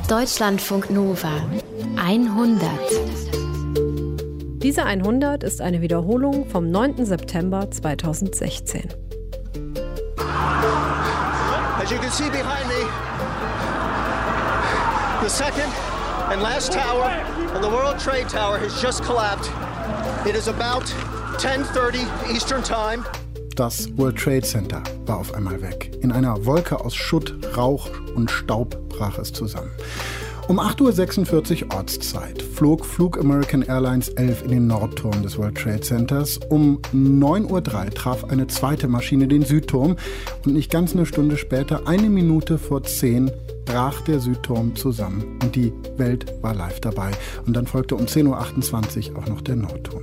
Deutschlandfunk Nova 100. Diese 100 ist eine Wiederholung vom 9. September 2016. As you can see behind me, the second and last tower of the World Trade Tower has just collapsed. It is about 10:30 Eastern Time. Das World Trade Center war auf einmal weg. In einer Wolke aus Schutt, Rauch und Staub brach es zusammen. Um 8:46 Uhr Ortszeit flog Flug American Airlines 11 in den Nordturm des World Trade Centers. Um 9:03 Uhr traf eine zweite Maschine den Südturm. Und nicht ganz eine Stunde später, 1:10, brach der Südturm zusammen. Und die Welt war live dabei. Und dann folgte um 10:28 Uhr auch noch der Nordturm.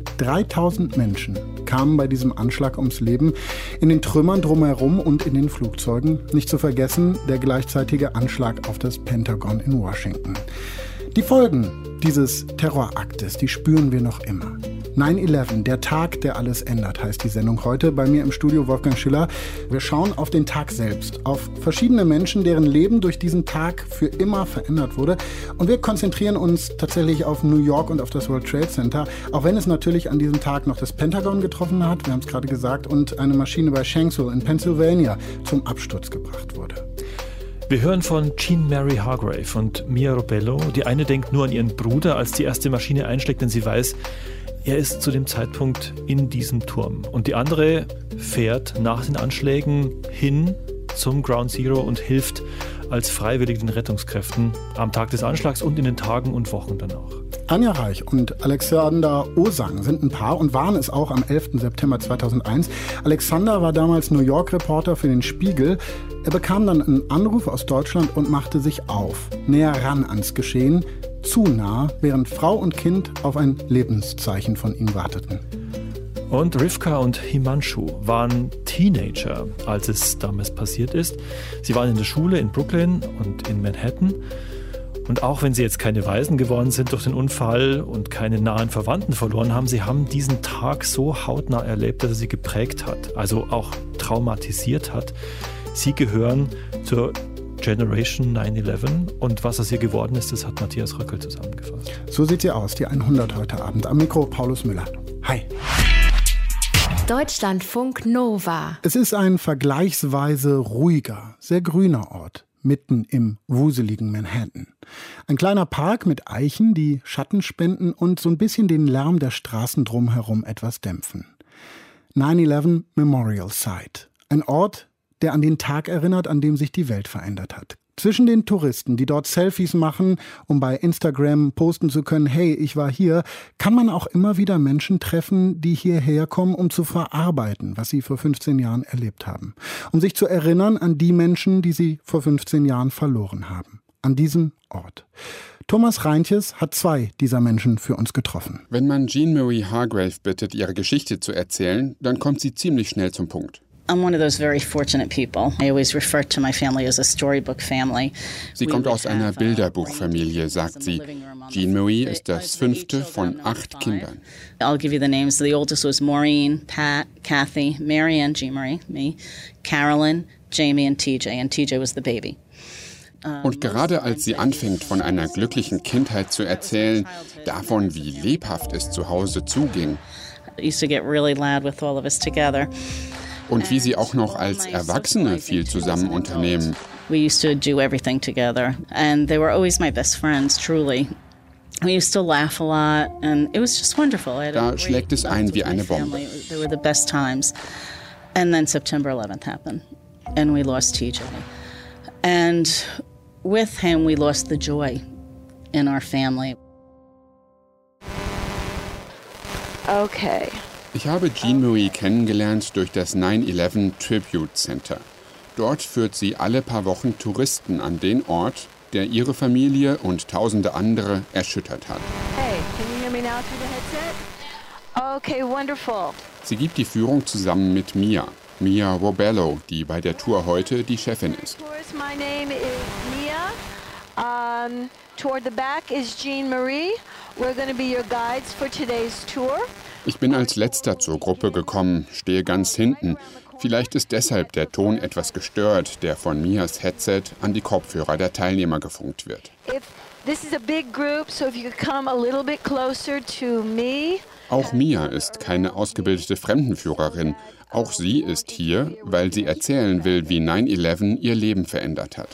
3000 Menschen kamen bei diesem Anschlag ums Leben, in den Trümmern drumherum und in den Flugzeugen. Nicht zu vergessen der gleichzeitige Anschlag auf das Pentagon in Washington. Die Folgen dieses Terroraktes, die spüren wir noch immer. 9/11, der Tag, der alles ändert, heißt die Sendung heute. Bei mir im Studio Wolfgang Schiller. Wir schauen auf den Tag selbst, auf verschiedene Menschen, deren Leben durch diesen Tag für immer verändert wurde. Und wir konzentrieren uns tatsächlich auf New York und auf das World Trade Center, auch wenn es natürlich an diesem Tag noch das Pentagon getroffen hat, wir haben es gerade gesagt, und eine Maschine bei Shanksville in Pennsylvania zum Absturz gebracht wurde. Wir hören von Jean Mary Hargrave und Mia Robello. Die eine denkt nur an ihren Bruder, als die erste Maschine einschlägt, denn sie weiß, er ist zu dem Zeitpunkt in diesem Turm. Und die andere fährt nach den Anschlägen hin zum Ground Zero und hilft als freiwillig den Rettungskräften am Tag des Anschlags und in den Tagen und Wochen danach. Anja Reich und Alexander Osang sind ein Paar und waren es auch am 11. September 2001. Alexander war damals New York-Reporter für den Spiegel. Er bekam dann einen Anruf aus Deutschland und machte sich auf, näher ran ans Geschehen, zu nah, während Frau und Kind auf ein Lebenszeichen von ihm warteten. Und Rivka und Himanshu waren Teenager, als es damals passiert ist. Sie waren in der Schule in Brooklyn und in Manhattan. Und auch wenn sie jetzt keine Waisen geworden sind durch den Unfall und keine nahen Verwandten verloren haben, sie haben diesen Tag so hautnah erlebt, dass er sie geprägt hat, also auch traumatisiert hat. Sie gehören zur Generation 9/11 und was aus ihr geworden ist, das hat Matthias Röckel zusammengefasst. So sieht sie aus, die 100 heute Abend. Am Mikro Paulus Müller. Hi. Deutschlandfunk Nova. Es ist ein vergleichsweise ruhiger, sehr grüner Ort, mitten im wuseligen Manhattan. Ein kleiner Park mit Eichen, die Schatten spenden und so ein bisschen den Lärm der Straßen drumherum etwas dämpfen. 9/11 Memorial Site. Ein Ort, der an den Tag erinnert, an dem sich die Welt verändert hat. Zwischen den Touristen, die dort Selfies machen, um bei Instagram posten zu können, hey, ich war hier, kann man auch immer wieder Menschen treffen, die hierher kommen, um zu verarbeiten, was sie vor 15 Jahren erlebt haben. Um sich zu erinnern an die Menschen, die sie vor 15 Jahren verloren haben. An diesem Ort. Thomas Reintjes hat 2 dieser Menschen für uns getroffen. Wenn man Jean Mary Hargrave bittet, ihre Geschichte zu erzählen, dann kommt sie ziemlich schnell zum Punkt. I'm one of those very fortunate people. I always refer to my family as a storybook family. Sie kommt aus einer Bilderbuchfamilie, sagt sie. Jean Marie ist das 5. von 8 Kindern. I'll give you the names. The oldest was Maureen, Pat, Kathy, Marianne, Jean Marie, me, Carolyn, Jamie and TJ was the baby. Und gerade als sie anfängt, von einer glücklichen Kindheit zu erzählen, davon, wie lebhaft es zu Hause zuging. It used to get really loud with all of us together. Und wie sie auch noch als Erwachsene viel zusammen unternehmen. We used to do everything together. And they were always my best friends, truly. We used to laugh a lot and it was just wonderful. Da schlägt es ein wie eine Bombe. They were the best times. And then September 11th happened. And we lost TJ. And with him we lost the joy in our family. Okay. Ich habe Jean Marie kennengelernt durch das 9/11 Tribute Center. Dort führt sie alle paar Wochen Touristen an den Ort, der ihre Familie und tausende andere erschüttert hat. Hey, can you hear me now through the headset? Okay, wonderful. Sie gibt die Führung zusammen mit Mia Robello, die bei der Tour heute die Chefin ist. My name is Mia. Toward the back is Jean Marie. We're going to be your guides for today's tour. Ich bin als Letzter zur Gruppe gekommen, stehe ganz hinten. Vielleicht ist deshalb der Ton etwas gestört, der von Mias Headset an die Kopfhörer der Teilnehmer gefunkt wird. Auch Mia ist keine ausgebildete Fremdenführerin. Auch sie ist hier, weil sie erzählen will, wie 9/11 ihr Leben verändert hat.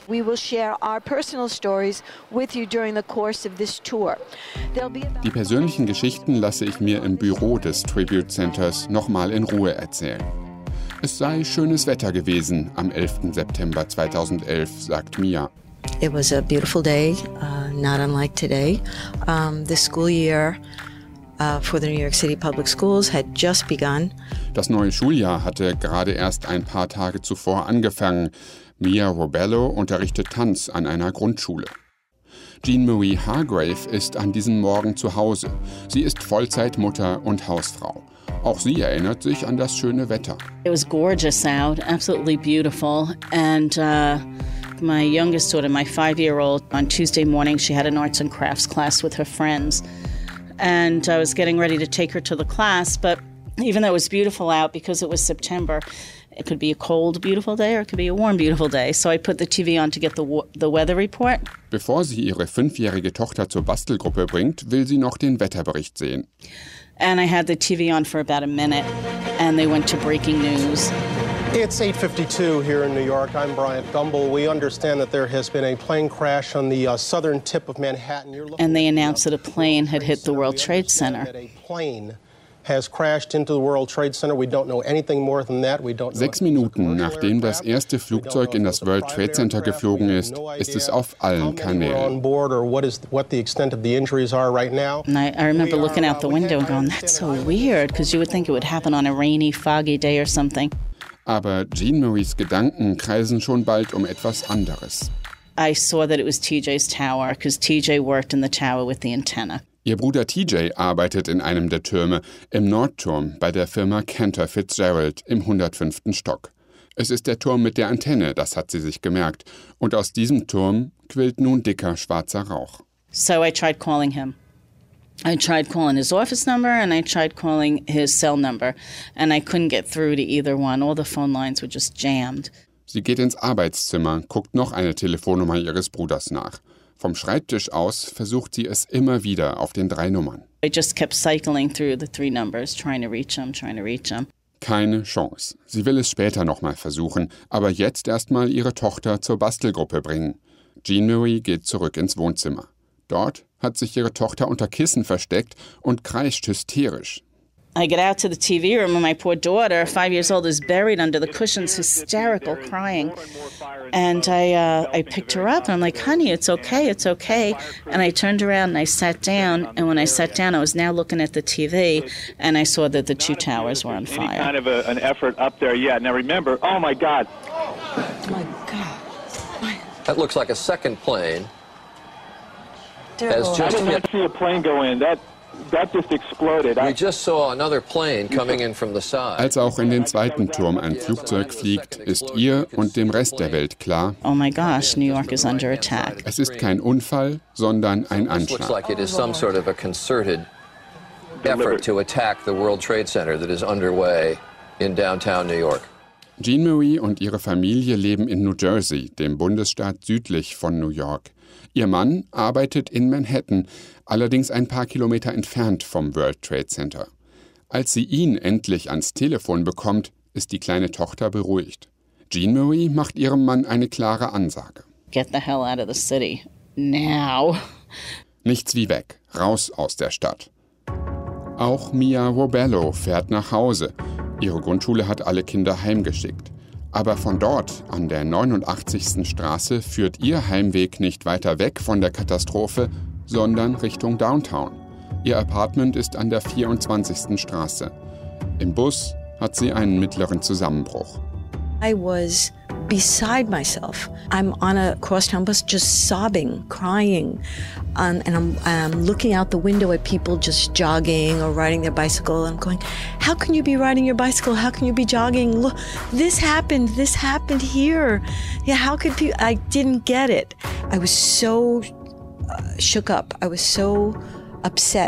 Die persönlichen Geschichten lasse ich mir im Büro des Tribute Centers nochmal in Ruhe erzählen. Es sei schönes Wetter gewesen am 11. September 2011, sagt Mia. It was a beautiful day, not unlike today. The school year for the New York City Public Schools had just begun. Das neue Schuljahr hatte gerade erst ein paar Tage zuvor angefangen. Mia Robello unterrichtet Tanz an einer Grundschule. Jean Marie Hargrave ist an diesem Morgen zu Hause. Sie ist Vollzeitmutter und Hausfrau. Auch sie erinnert sich an das schöne Wetter. It was gorgeous out, absolutely beautiful. And my youngest daughter, my 5-year-old, on Tuesday morning, she had an arts and crafts class with her friends. And I was getting ready to take her to the class, but even though it was beautiful out, because it was September, it could be a cold, beautiful day or it could be a warm, beautiful day. So I put the TV on to get the weather report. Bevor sie ihre 5-jährige Tochter zur Bastelgruppe bringt, will sie noch den Wetterbericht sehen. And I had the TV on for about a minute, and they went to breaking news. It's 8:52 here in New York. I'm Bryant Gumbel. We understand that there has been a plane crash on the southern tip of Manhattan. And they announced that a plane had hit the World Trade Center. A plane has crashed into the World Trade Center. We don't know anything more than that. We don't know. 6 Minuten nachdem das erste Flugzeug in das World Trade Center geflogen ist es auf allen Kanälen. And I remember looking out the window and going, that's so weird, because you would think it would happen on a rainy, foggy day or something. Aber Jean Maries Gedanken kreisen schon bald um etwas anderes. I saw that it was TJ's tower, because TJ worked in the tower with the antenna. Ihr Bruder TJ arbeitet in einem der Türme, im Nordturm bei der Firma Cantor Fitzgerald im 105. Stock. Es ist der Turm mit der Antenne, das hat sie sich gemerkt. Und aus diesem Turm quillt nun dicker schwarzer Rauch. So I tried calling him. I tried calling his office number and I tried calling his cell number. And I couldn't get through to either one. All the phone lines were just jammed. Sie geht ins Arbeitszimmer, guckt noch eine Telefonnummer ihres Bruders nach. Vom Schreibtisch aus versucht sie es immer wieder auf den 3 Nummern. I just kept cycling through the 3 numbers, trying to reach him. Keine Chance. Sie will es später nochmal versuchen, aber jetzt erstmal ihre Tochter zur Bastelgruppe bringen. Jean Marie geht zurück ins Wohnzimmer. Dort hat sich ihre Tochter unter Kissen versteckt und kreischt hysterisch. I get out to the TV room and my poor daughter, 5 years old, is buried under the cushions, hysterical, crying. And I picked her up and I'm like, honey, it's okay. And I turned around and I sat down. And when I sat down, I was now looking at the TV and I saw that the 2 towers were on fire. Any kind of an effort up there yet. Now remember, oh my God. Oh my God. That looks like a second plane. Terrible. I did not see a plane go in. That just exploded. We just saw another plane coming in from the side. Als auch in den zweiten Turm ein Flugzeug fliegt, ist ihr und dem Rest der Welt klar: Oh my gosh, New York is under attack. Es ist kein Unfall, sondern ein Anschlag. Looks like it is some sort of a concerted effort to attack the World Trade Center that is underway in downtown New York. Jean Marie und ihre Familie leben in New Jersey, dem Bundesstaat südlich von New York. Ihr Mann arbeitet in Manhattan, allerdings ein paar Kilometer entfernt vom World Trade Center. Als sie ihn endlich ans Telefon bekommt, ist die kleine Tochter beruhigt. Jean Marie macht ihrem Mann eine klare Ansage. Get the hell out of the city. Now. Nichts wie weg, raus aus der Stadt. Auch Mia Robello fährt nach Hause. Ihre Grundschule hat alle Kinder heimgeschickt. Aber von dort, an der 89. Straße, führt ihr Heimweg nicht weiter weg von der Katastrophe, sondern Richtung Downtown. Ihr Apartment ist an der 24. Straße. Im Bus hat sie einen mittleren Zusammenbruch. I was beside myself. I'm on a crosstown bus just sobbing, crying. And I'm looking out the window at people just jogging or riding their bicycle. And I'm going, how can you be riding your bicycle? How can you be jogging? Look, this happened here. Yeah, how could people? I didn't get it. I was so shook up. I was so upset.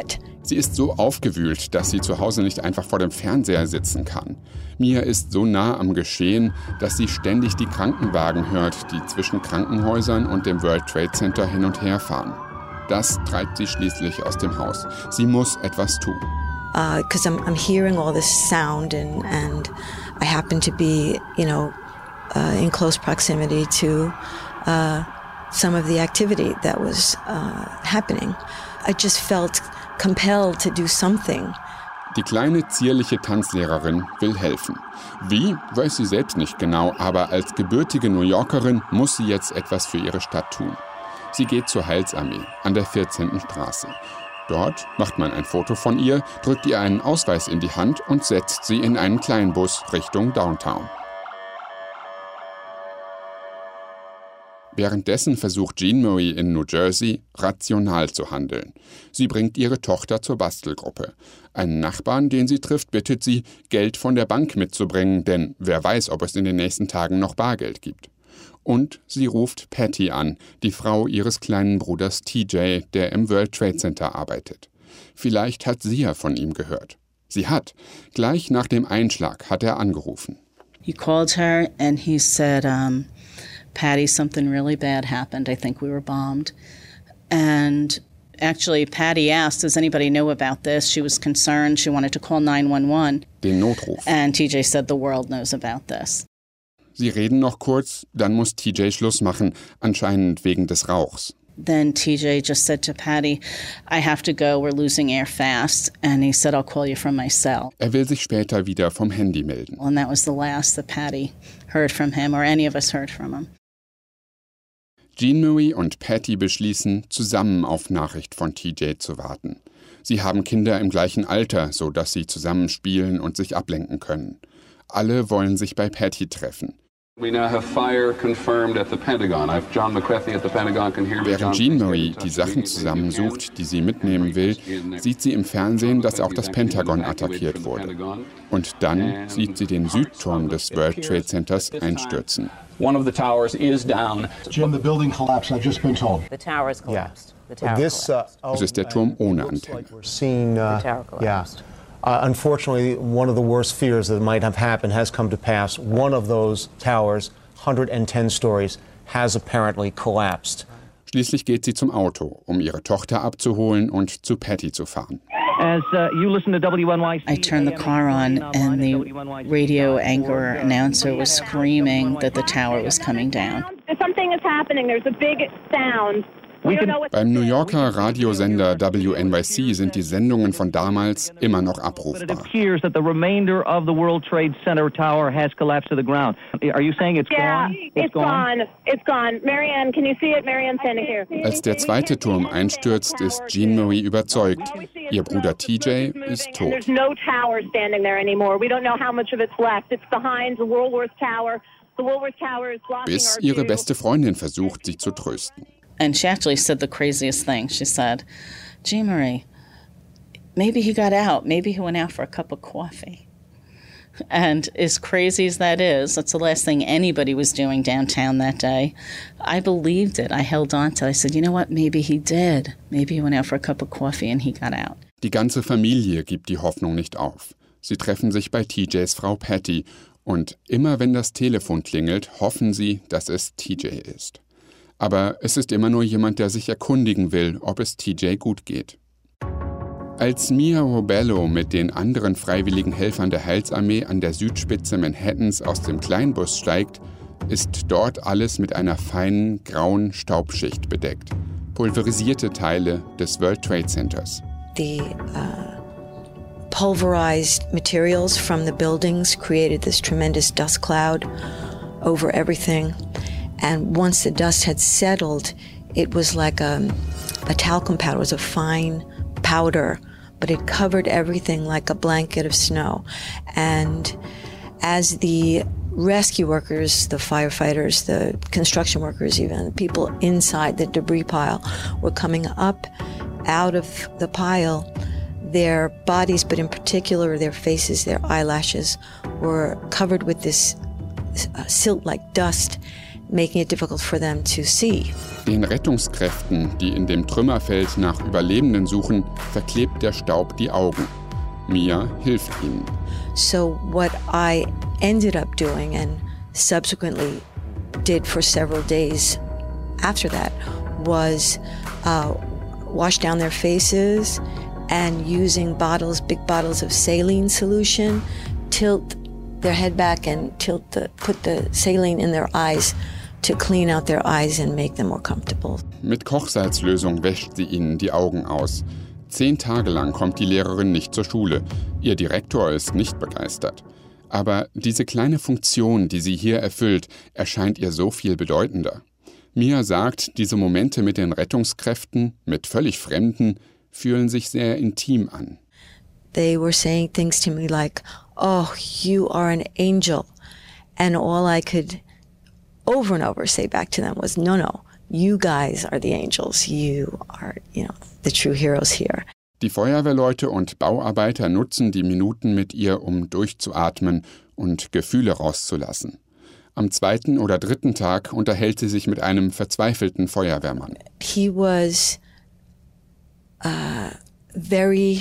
Sie ist so aufgewühlt, dass sie zu Hause nicht einfach vor dem Fernseher sitzen kann. Mia ist so nah am Geschehen, dass sie ständig die Krankenwagen hört, die zwischen Krankenhäusern und dem World Trade Center hin und her fahren. Das treibt sie schließlich aus dem Haus. Sie muss etwas tun. Because I'm hearing all this sound and I happen to be, in close proximity to some of the activity that was happening. I just felt compelled to do something. Die kleine, zierliche Tanzlehrerin will helfen. Wie, weiß sie selbst nicht genau, aber als gebürtige New Yorkerin muss sie jetzt etwas für ihre Stadt tun. Sie geht zur Heilsarmee an der 14. Straße. Dort macht man ein Foto von ihr, drückt ihr einen Ausweis in die Hand und setzt sie in einen Kleinbus Richtung Downtown. Währenddessen versucht Jean Marie in New Jersey, rational zu handeln. Sie bringt ihre Tochter zur Bastelgruppe. Einen Nachbarn, den sie trifft, bittet sie, Geld von der Bank mitzubringen, denn wer weiß, ob es in den nächsten Tagen noch Bargeld gibt. Und sie ruft Patty an, die Frau ihres kleinen Bruders TJ, der im World Trade Center arbeitet. Vielleicht hat sie ja von ihm gehört. Sie hat. Gleich nach dem Einschlag hat er angerufen. He called her and he said, Patty, something really bad happened. I think we were bombed. And actually, Patty asked, does anybody know about this? She was concerned. She wanted to call 911. Den Notruf. And TJ said the world knows about this. Sie reden noch kurz, dann muss TJ Schluss machen, anscheinend wegen des Rauchs. Then TJ just said to Patty, I have to go, we're losing air fast. And he said, I'll call you from my cell. Er will sich später wieder vom Handy melden. And that was the last that Patty heard from him, or any of us heard from him. Jean Marie und Patty beschließen, zusammen auf Nachricht von TJ zu warten. Sie haben Kinder im gleichen Alter, sodass sie zusammen spielen und sich ablenken können. Alle wollen sich bei Patty treffen. Während Jean Marie die Sachen zusammensucht, die sie mitnehmen will, sieht sie im Fernsehen, dass auch das Pentagon attackiert wurde. Und dann sieht sie den Südturm des World Trade Centers einstürzen. One of the towers is down. Jim, the building collapsed, I've just been told. The tower is collapsed. Yeah. The tower collapsed. Es ist der Turm ohne Antenne. The tower collapsed. Unfortunately, one of the worst fears that might have happened has come to pass. One of those towers, 110 stories, has apparently collapsed. Schließlich geht sie zum Auto, um ihre Tochter abzuholen und zu Patty zu fahren. As you listen to WNYC, I turned the car on and the radio anchor announcer was screaming that the tower was coming down. Something is happening. There's a big sound. Beim New Yorker Radiosender WNYC sind die Sendungen von damals immer noch abrufbar. It appears that the remainder of the World Trade Center tower has collapsed to the ground. Are you saying it's gone? It's gone. It's gone. Marianne, can you see it? Marianne's standing here. Als der zweite Turm einstürzt, ist Jean Marie überzeugt. Ihr Bruder TJ ist tot. There's no tower standing there anymore. We don't know how much of it's left. It's behind the Woolworth Tower. The Woolworth Tower is blocking Bis our ihre view. beste Freundin versucht, sie zu trösten. And she actually said the craziest thing. She said, Jean Marie, maybe he got out. Maybe he went out for a cup of coffee. And as crazy as that is, that's the last thing anybody was doing downtown that day. I believed it. I held on to it. I said, you know what? Maybe he did. Maybe he went out for a cup of coffee and he got out. Die ganze Familie gibt die Hoffnung nicht auf. Sie treffen sich bei TJs Frau Patty. Und immer wenn das Telefon klingelt, hoffen sie, dass es TJ ist. Aber es ist immer nur jemand, der sich erkundigen will, ob es TJ gut geht. Als Mia Robello mit den anderen freiwilligen Helfern der Heilsarmee an der Südspitze Manhattans aus dem Kleinbus steigt, ist dort alles mit einer feinen, grauen Staubschicht bedeckt. Pulverisierte Teile des World Trade Centers. The pulverized materials from the buildings created this tremendous dust cloud over everything. And once the dust had settled, it was like a talcum powder. It was a fine powder, but it covered everything like a blanket of snow. And as the rescue workers, the firefighters, the construction workers even, the people inside the debris pile were coming up out of the pile, their bodies, but in particular their faces, their eyelashes, were covered with this silt-like dust. making it difficult for them to see. Den Rettungskräften, die in dem Trümmerfeld nach Überlebenden suchen, verklebt der Staub die Augen. Mia hilft ihnen. So what I ended up doing and subsequently did for several days after that was wash down their faces and using big bottles of saline solution, tilt their head back and put the saline in their eyes to clean out their eyes and make them more comfortable. Mit Kochsalzlösung wäscht sie ihnen die Augen aus. 10 Tage lang kommt die Lehrerin nicht zur Schule. Ihr Direktor ist nicht begeistert. Aber diese kleine Funktion, die sie hier erfüllt, erscheint ihr so viel bedeutender. Mia sagt, diese Momente mit den Rettungskräften, mit völlig Fremden, fühlen sich sehr intim an. They were saying things to me like, "Oh, you are an angel." And all I could over and over say back to them was, no, you guys are the angels. You are, the true heroes here. Die Feuerwehrleute und Bauarbeiter nutzen die Minuten mit ihr, um durchzuatmen und Gefühle rauszulassen. Am 2. oder 3. Tag unterhält sie sich mit einem verzweifelten Feuerwehrmann. He was very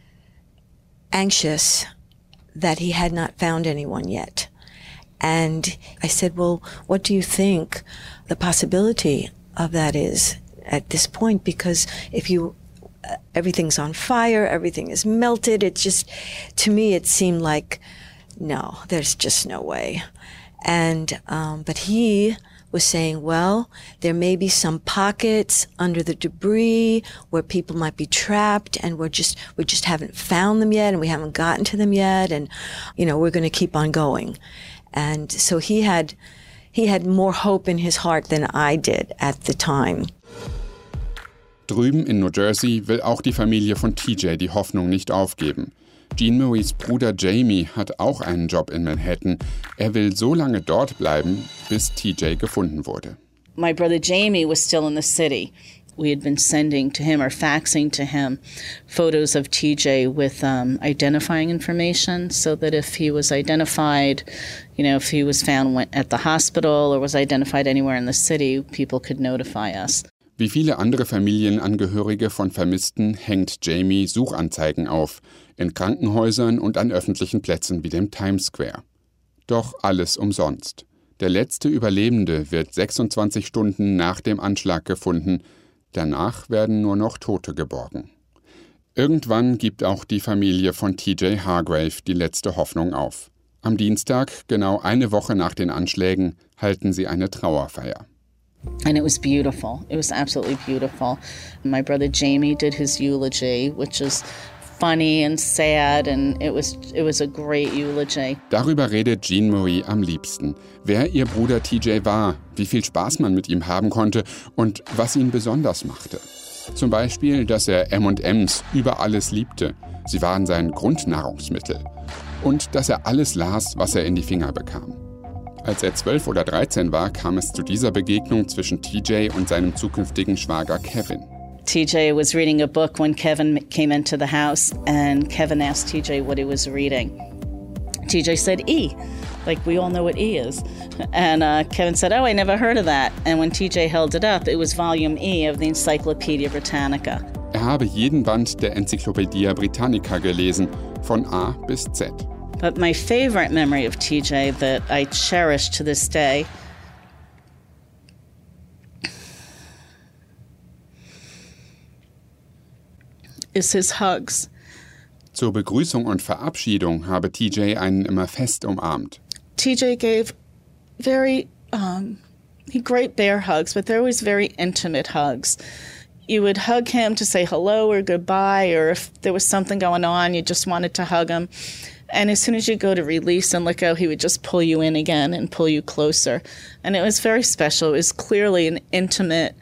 anxious that he had not found anyone yet. And I said, well, what do you think the possibility of that is at this point? Because if everything's on fire, everything is melted, to me it seemed like, no, there's just no way. And, but he was saying, well, there may be some pockets under the debris where people might be trapped, and we just haven't found them yet, and we haven't gotten to them yet, and, we're going to keep on going. And so he had more hope in his heart than I did at the time. Drüben in New Jersey will auch die Familie von TJ die Hoffnung nicht aufgeben. Jean Maries Bruder Jamie hat auch einen Job in Manhattan. Er will so lange dort bleiben, bis TJ gefunden wurde. My brother Jamie was still in the city. We had been sending to him or faxing to him photos of TJ with identifying information so that if he was identified, if he was found at the hospital or was identified anywhere in the city, people could notify us. Wie viele andere Familienangehörige von Vermissten hängt Jamie Suchanzeigen auf, in Krankenhäusern und an öffentlichen Plätzen wie dem Times Square. Doch alles umsonst. Der letzte Überlebende wird 26 Stunden nach dem Anschlag gefunden. Danach werden nur noch Tote geborgen. Irgendwann gibt auch die Familie von TJ Hargrave die letzte Hoffnung auf. Am Dienstag, genau eine Woche nach den Anschlägen, halten sie eine Trauerfeier. And it was beautiful. It was absolutely beautiful. My brother Jamie did his eulogy, which is funny and sad, and it was a great eulogy. Darüber redet Jean Marie am liebsten. Wer ihr Bruder TJ war, wie viel Spaß man mit ihm haben konnte und was ihn besonders machte. Zum Beispiel, dass er M&M's über alles liebte. Sie waren sein Grundnahrungsmittel. Und dass er alles las, was er in die Finger bekam. Als er 12 oder 13 war, kam es zu dieser Begegnung zwischen TJ und seinem zukünftigen Schwager Kevin. TJ was reading a book when Kevin came into the house, and Kevin asked TJ what he was reading. TJ said E, like we all know what E is. And Kevin said, oh, I never heard of that. And when TJ held it up, it was volume E of the Encyclopedia Britannica. Er habe jeden Band der Encyclopedia Britannica gelesen, von A bis Z. But my favorite memory of TJ that I cherish to this day is his hugs. Zur Begrüßung und Verabschiedung habe TJ einen immer fest umarmt. TJ gave very great bear hugs, but they're always very intimate hugs. You would hug him to say hello or goodbye, or if there was something going on, you just wanted to hug him. And as soon as you go to release and let go, he would just pull you in again and pull you closer. And it was very special. It was clearly an intimate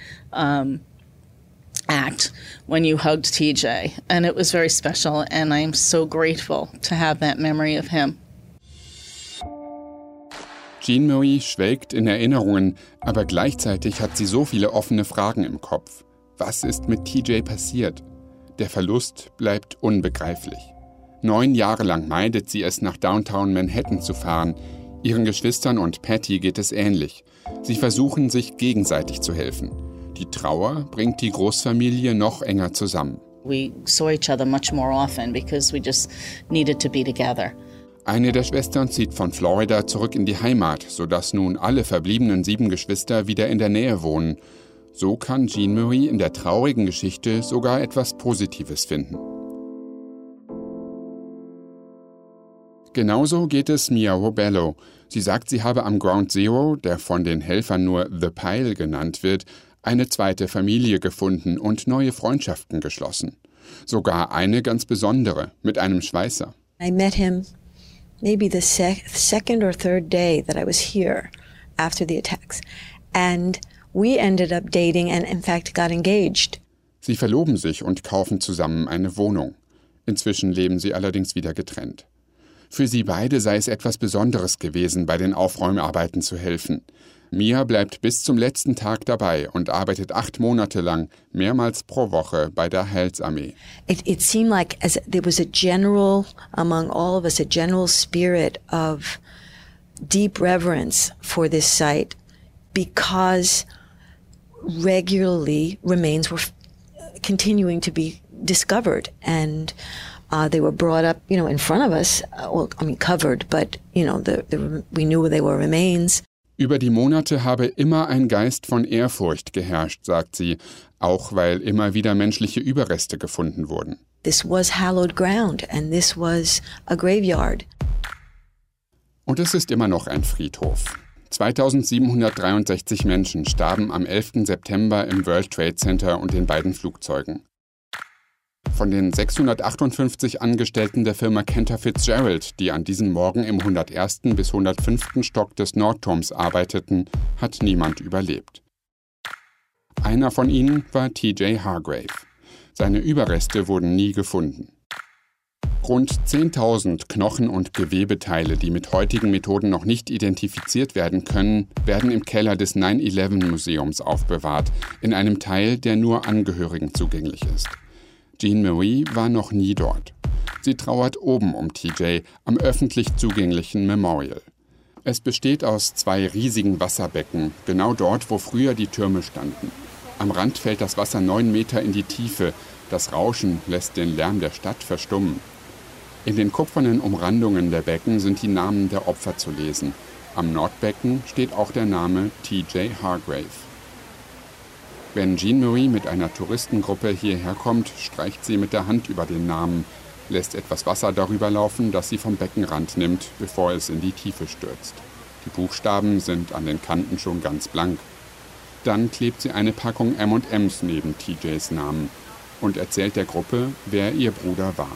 act when you hugged TJ. And it was very special, and I am so grateful to have that memory of him. Jean Marie schwelgt in Erinnerungen, aber gleichzeitig hat sie so viele offene Fragen im Kopf. Was ist mit TJ passiert? Der Verlust bleibt unbegreiflich. 9 Jahre lang meidet sie es, nach Downtown Manhattan zu fahren. Ihren Geschwistern und Patty geht es ähnlich. Sie versuchen, sich gegenseitig zu helfen. Die Trauer bringt die Großfamilie noch enger zusammen. We saw each other much more often because we just needed to be together. Eine der Schwestern zieht von Florida zurück in die Heimat, sodass nun alle verbliebenen 7 Geschwister wieder in der Nähe wohnen. So kann Jean Marie in der traurigen Geschichte sogar etwas Positives finden. Genauso geht es Mia Robello. Sie sagt, sie habe am Ground Zero, der von den Helfern nur The Pile genannt wird, eine zweite Familie gefunden und neue Freundschaften geschlossen. Sogar eine ganz besondere, mit einem Schweißer. I met him maybe the second or third day that I was here after the attacks. And we ended up dating and in fact got engaged. Sie verloben sich und kaufen zusammen eine Wohnung. Inzwischen leben sie allerdings wieder getrennt. Für sie beide sei es etwas Besonderes gewesen, bei den Aufräumarbeiten zu helfen. Mia bleibt bis zum letzten Tag dabei und arbeitet 8 Monate lang, mehrmals pro Woche bei der Heilsarmee. It seemed like there was a general, among all of us, a general spirit of deep reverence for this site because regularly remains were continuing to be discovered and they were brought up, in front of us. Covered, but we knew they were remains. Über die Monate habe immer ein Geist von Ehrfurcht geherrscht, sagt sie, auch weil immer wieder menschliche Überreste gefunden wurden. This was hallowed ground and this was a graveyard. Und es ist immer noch ein Friedhof. 2763 Menschen starben am 11. September im World Trade Center und den beiden Flugzeugen. Von den 658 Angestellten der Firma Cantor Fitzgerald, die an diesem Morgen im 101. bis 105. Stock des Nordturms arbeiteten, hat niemand überlebt. Einer von ihnen war TJ Hargrave. Seine Überreste wurden nie gefunden. Rund 10.000 Knochen- und Gewebeteile, die mit heutigen Methoden noch nicht identifiziert werden können, werden im Keller des 9/11-Museums aufbewahrt, in einem Teil, der nur Angehörigen zugänglich ist. Jean Marie war noch nie dort. Sie trauert oben um TJ am öffentlich zugänglichen Memorial. Es besteht aus 2 riesigen Wasserbecken, genau dort, wo früher die Türme standen. Am Rand fällt das Wasser 9 Meter in die Tiefe. Das Rauschen lässt den Lärm der Stadt verstummen. In den kupfernen Umrandungen der Becken sind die Namen der Opfer zu lesen. Am Nordbecken steht auch der Name TJ Hargrave. Wenn Jean Marie mit einer Touristengruppe hierher kommt, streicht sie mit der Hand über den Namen, lässt etwas Wasser darüber laufen, das sie vom Beckenrand nimmt, bevor es in die Tiefe stürzt. Die Buchstaben sind an den Kanten schon ganz blank. Dann klebt sie eine Packung M&M's neben TJs Namen und erzählt der Gruppe, wer ihr Bruder war.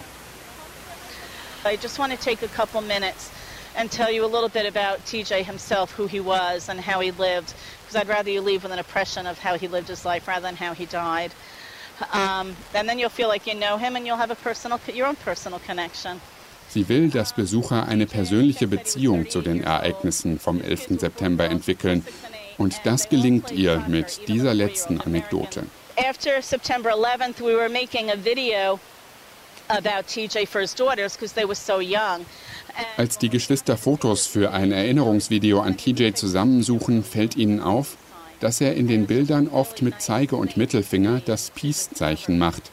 I just want to take a couple minutes and tell you a little bit about TJ himself, who he was and how he lived, because I'd rather you leave with an impression of how he lived his life rather than how he died. And then you'll feel like you know him and you'll have your own personal connection. Sie will, dass Besucher eine persönliche Beziehung zu den Ereignissen vom 11. September entwickeln. Und das gelingt ihr mit dieser letzten Anekdote. After September 11th, we were making a video about TJ for his daughters because they were so young. Als die Geschwister Fotos für ein Erinnerungsvideo an TJ zusammensuchen, fällt ihnen auf, dass er in den Bildern oft mit Zeige und Mittelfinger das Peace-Zeichen macht.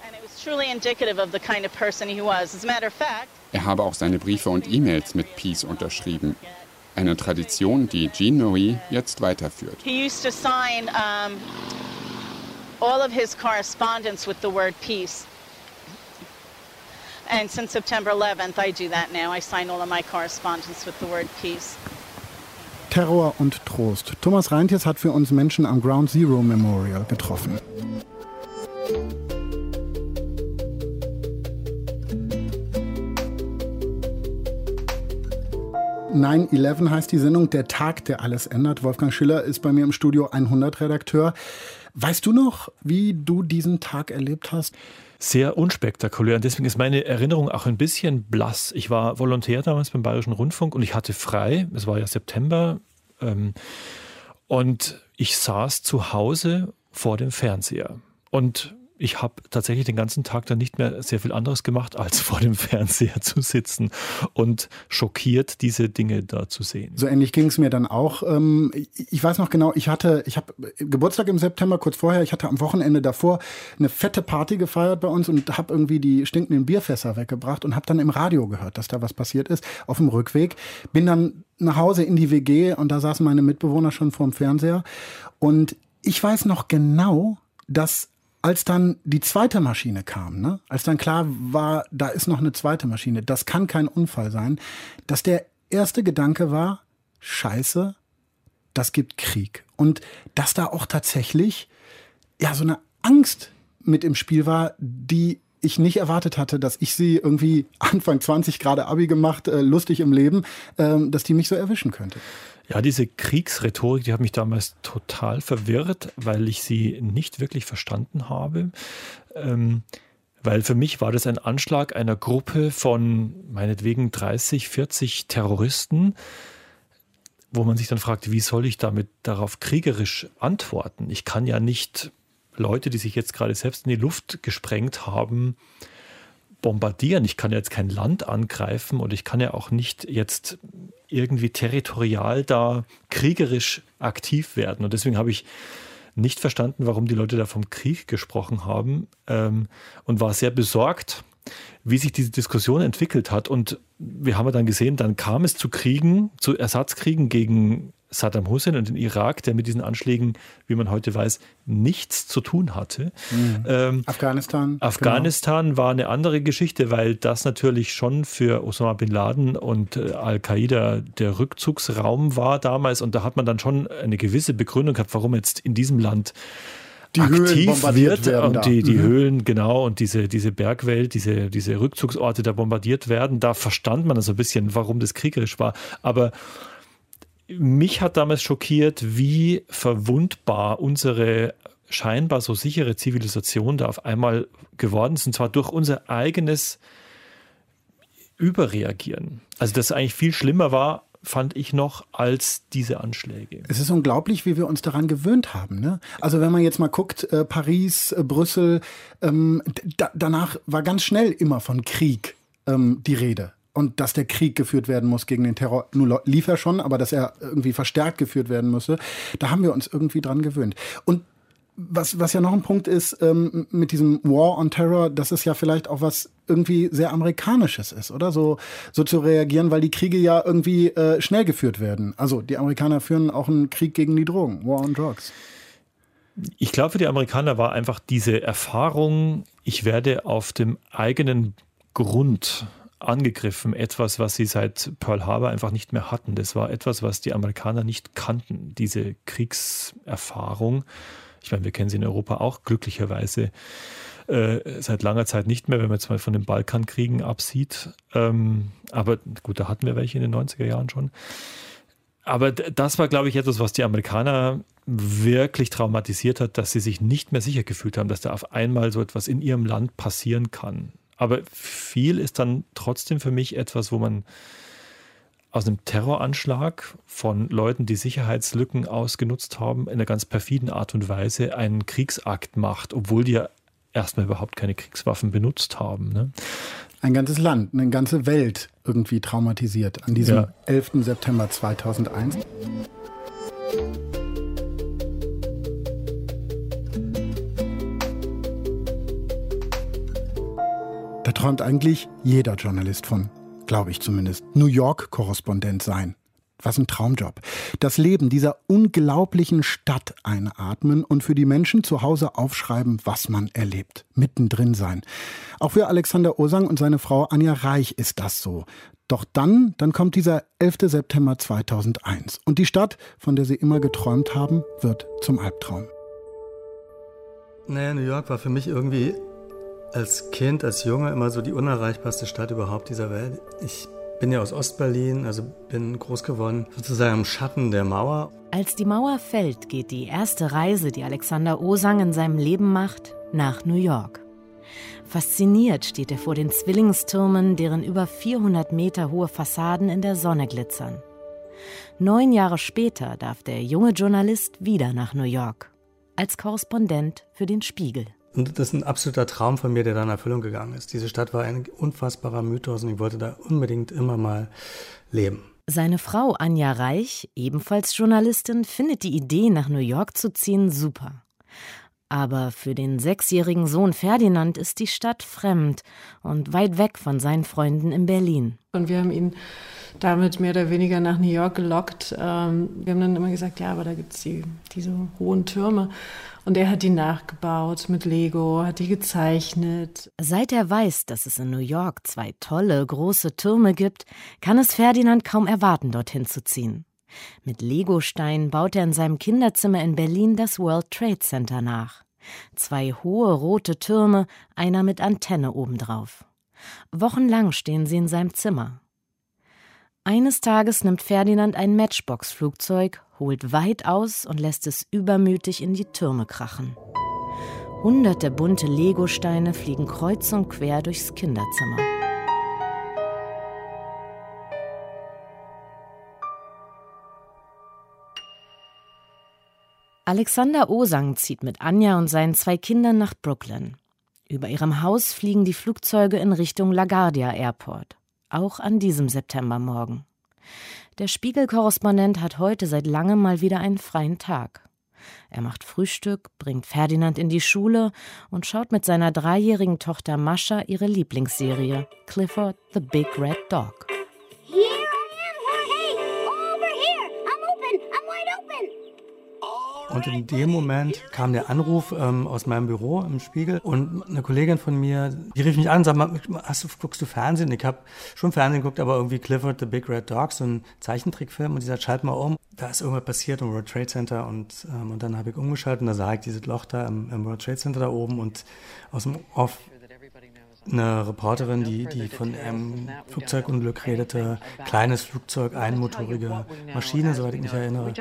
Er habe auch seine Briefe und E-Mails mit Peace unterschrieben. Eine Tradition, die Jean Marie jetzt weiterführt. He used to sign all of his correspondence with the word peace. And since September 11th, I do that now. I sign all of my correspondence with the word peace. Terror und Trost. Thomas Reintjes hat für uns Menschen am Ground Zero Memorial getroffen. "9/11" heißt die Sendung, der Tag, der alles ändert. Wolfgang Schiller ist bei mir im Studio 100-Redakteur. Weißt du noch, wie du diesen Tag erlebt hast? Sehr unspektakulär. Und deswegen ist meine Erinnerung auch ein bisschen blass. Ich war Volontär damals beim Bayerischen Rundfunk und ich hatte frei. Es war ja September. Und ich saß zu Hause vor dem Fernseher. Und ich habe tatsächlich den ganzen Tag dann nicht mehr sehr viel anderes gemacht, als vor dem Fernseher zu sitzen und schockiert diese Dinge da zu sehen. So ähnlich ging es mir dann auch. Ich weiß noch genau, ich habe Geburtstag im September, kurz vorher, ich hatte am Wochenende davor eine fette Party gefeiert bei uns und habe irgendwie die stinkenden Bierfässer weggebracht und habe dann im Radio gehört, dass da was passiert ist, auf dem Rückweg. Bin dann nach Hause in die WG und da saßen meine Mitbewohner schon vorm Fernseher. Und ich weiß noch genau, dass als dann die zweite Maschine kam, ne, als dann klar war, da ist noch eine zweite Maschine, das kann kein Unfall sein, dass der erste Gedanke war, Scheiße, das gibt Krieg. Und dass da auch tatsächlich ja so eine Angst mit im Spiel war, die ich nicht erwartet hatte, dass ich sie irgendwie Anfang 20 gerade Abi gemacht, lustig im Leben, dass die mich so erwischen könnte. Ja, diese Kriegsrhetorik, die hat mich damals total verwirrt, weil ich sie nicht wirklich verstanden habe. Weil für mich war das ein Anschlag einer Gruppe von meinetwegen 30, 40 Terroristen, wo man sich dann fragt, wie soll ich damit darauf kriegerisch antworten? Ich kann ja nicht Leute, die sich jetzt gerade selbst in die Luft gesprengt haben, bombardieren. Ich kann ja jetzt kein Land angreifen und ich kann ja auch nicht jetzt irgendwie territorial da kriegerisch aktiv werden. Und deswegen habe ich nicht verstanden, warum die Leute da vom Krieg gesprochen haben, und war sehr besorgt, wie sich diese Diskussion entwickelt hat. Und wir haben ja dann gesehen, dann kam es zu Kriegen, zu Ersatzkriegen gegen Saddam Hussein und den Irak, der mit diesen Anschlägen, wie man heute weiß, nichts zu tun hatte. Afghanistan genau. War eine andere Geschichte, weil das natürlich schon für Osama Bin Laden und Al-Qaida der Rückzugsraum war damals. Und da hat man dann schon eine gewisse Begründung gehabt, warum jetzt in diesem Land die aktiv wird und da. die Höhlen, genau, und diese Bergwelt, diese Rückzugsorte da bombardiert werden. Da verstand man so ein bisschen, warum das kriegerisch war. Aber mich hat damals schockiert, wie verwundbar unsere scheinbar so sichere Zivilisation da auf einmal geworden ist, und zwar durch unser eigenes Überreagieren. Also das eigentlich viel schlimmer war, fand ich noch, als diese Anschläge. Es ist unglaublich, wie wir uns daran gewöhnt haben, ne? Also wenn man jetzt mal guckt, Paris, Brüssel, danach war ganz schnell immer von Krieg die Rede. Und dass der Krieg geführt werden muss gegen den Terror. Nun lief er schon, aber dass er irgendwie verstärkt geführt werden müsse, da haben wir uns irgendwie dran gewöhnt. Und was ja noch ein Punkt ist, mit diesem War on Terror, dass es ja vielleicht auch was irgendwie sehr Amerikanisches ist, oder? So zu reagieren, weil die Kriege ja irgendwie schnell geführt werden. Also die Amerikaner führen auch einen Krieg gegen die Drogen, War on Drugs. Ich glaube, für die Amerikaner war einfach diese Erfahrung, ich werde auf dem eigenen Grund angegriffen, etwas, was sie seit Pearl Harbor einfach nicht mehr hatten. Das war etwas, was die Amerikaner nicht kannten, diese Kriegserfahrung. Ich meine, wir kennen sie in Europa auch glücklicherweise seit langer Zeit nicht mehr, wenn man jetzt mal von den Balkankriegen absieht. Aber gut, da hatten wir welche in den 90er Jahren schon. Aber das war, glaube ich, etwas, was die Amerikaner wirklich traumatisiert hat, dass sie sich nicht mehr sicher gefühlt haben, dass da auf einmal so etwas in ihrem Land passieren kann. Aber viel ist dann trotzdem für mich etwas, wo man aus einem Terroranschlag von Leuten, die Sicherheitslücken ausgenutzt haben, in einer ganz perfiden Art und Weise einen Kriegsakt macht, obwohl die ja erstmal überhaupt keine Kriegswaffen benutzt haben. Ne? Ein ganzes Land, eine ganze Welt irgendwie traumatisiert an diesem 11. September 2001. Da träumt eigentlich jeder Journalist von, glaube ich zumindest, New York-Korrespondent sein. Was ein Traumjob. Das Leben dieser unglaublichen Stadt einatmen und für die Menschen zu Hause aufschreiben, was man erlebt. Mittendrin sein. Auch für Alexander Osang und seine Frau Anja Reich ist das so. Doch dann kommt dieser 11. September 2001. Und die Stadt, von der sie immer geträumt haben, wird zum Albtraum. Naja, New York war für mich irgendwie als Kind, als Junge immer so die unerreichbarste Stadt überhaupt dieser Welt. Ich bin ja aus Ostberlin, also bin groß geworden, sozusagen im Schatten der Mauer. Als die Mauer fällt, geht die erste Reise, die Alexander Osang in seinem Leben macht, nach New York. Fasziniert steht er vor den Zwillingstürmen, deren über 400 Meter hohe Fassaden in der Sonne glitzern. 9 Jahre später darf der junge Journalist wieder nach New York, als Korrespondent für den Spiegel. Und das ist ein absoluter Traum von mir, der dann in Erfüllung gegangen ist. Diese Stadt war ein unfassbarer Mythos und ich wollte da unbedingt immer mal leben. Seine Frau Anja Reich, ebenfalls Journalistin, findet die Idee, nach New York zu ziehen, super. Aber für den 6-jährigen Sohn Ferdinand ist die Stadt fremd und weit weg von seinen Freunden in Berlin. Und wir haben ihn damit mehr oder weniger nach New York gelockt. Wir haben dann immer gesagt, ja, aber da gibt es diese hohen Türme. Und er hat die nachgebaut mit Lego, hat die gezeichnet. Seit er weiß, dass es in New York 2 tolle, große Türme gibt, kann es Ferdinand kaum erwarten, dorthin zu ziehen. Mit Legosteinen baut er in seinem Kinderzimmer in Berlin das World Trade Center nach. 2 hohe rote Türme, einer mit Antenne obendrauf. Wochenlang stehen sie in seinem Zimmer. Eines Tages nimmt Ferdinand ein Matchbox-Flugzeug, holt weit aus und lässt es übermütig in die Türme krachen. Hunderte bunte Legosteine fliegen kreuz und quer durchs Kinderzimmer. Alexander Osang zieht mit Anja und seinen 2 Kindern nach Brooklyn. Über ihrem Haus fliegen die Flugzeuge in Richtung LaGuardia Airport. Auch an diesem Septembermorgen. Der Spiegel-Korrespondent hat heute seit langem mal wieder einen freien Tag. Er macht Frühstück, bringt Ferdinand in die Schule und schaut mit seiner 3-jährigen Tochter Mascha ihre Lieblingsserie Clifford the Big Red Dog. Und in dem Moment kam der Anruf aus meinem Büro im Spiegel und eine Kollegin von mir, die rief mich an und sagte, guckst du Fernsehen? Ich habe schon Fernsehen geguckt, aber irgendwie Clifford the Big Red Dog, so ein Zeichentrickfilm, und die sagt, schalt mal um. Da ist irgendwas passiert im World Trade Center und dann habe ich umgeschaltet und da sah ich dieses Loch da im World Trade Center da oben und aus dem Off eine Reporterin, die von einem Flugzeugunglück redete, kleines Flugzeug, einmotorige Maschine, soweit ich mich erinnere.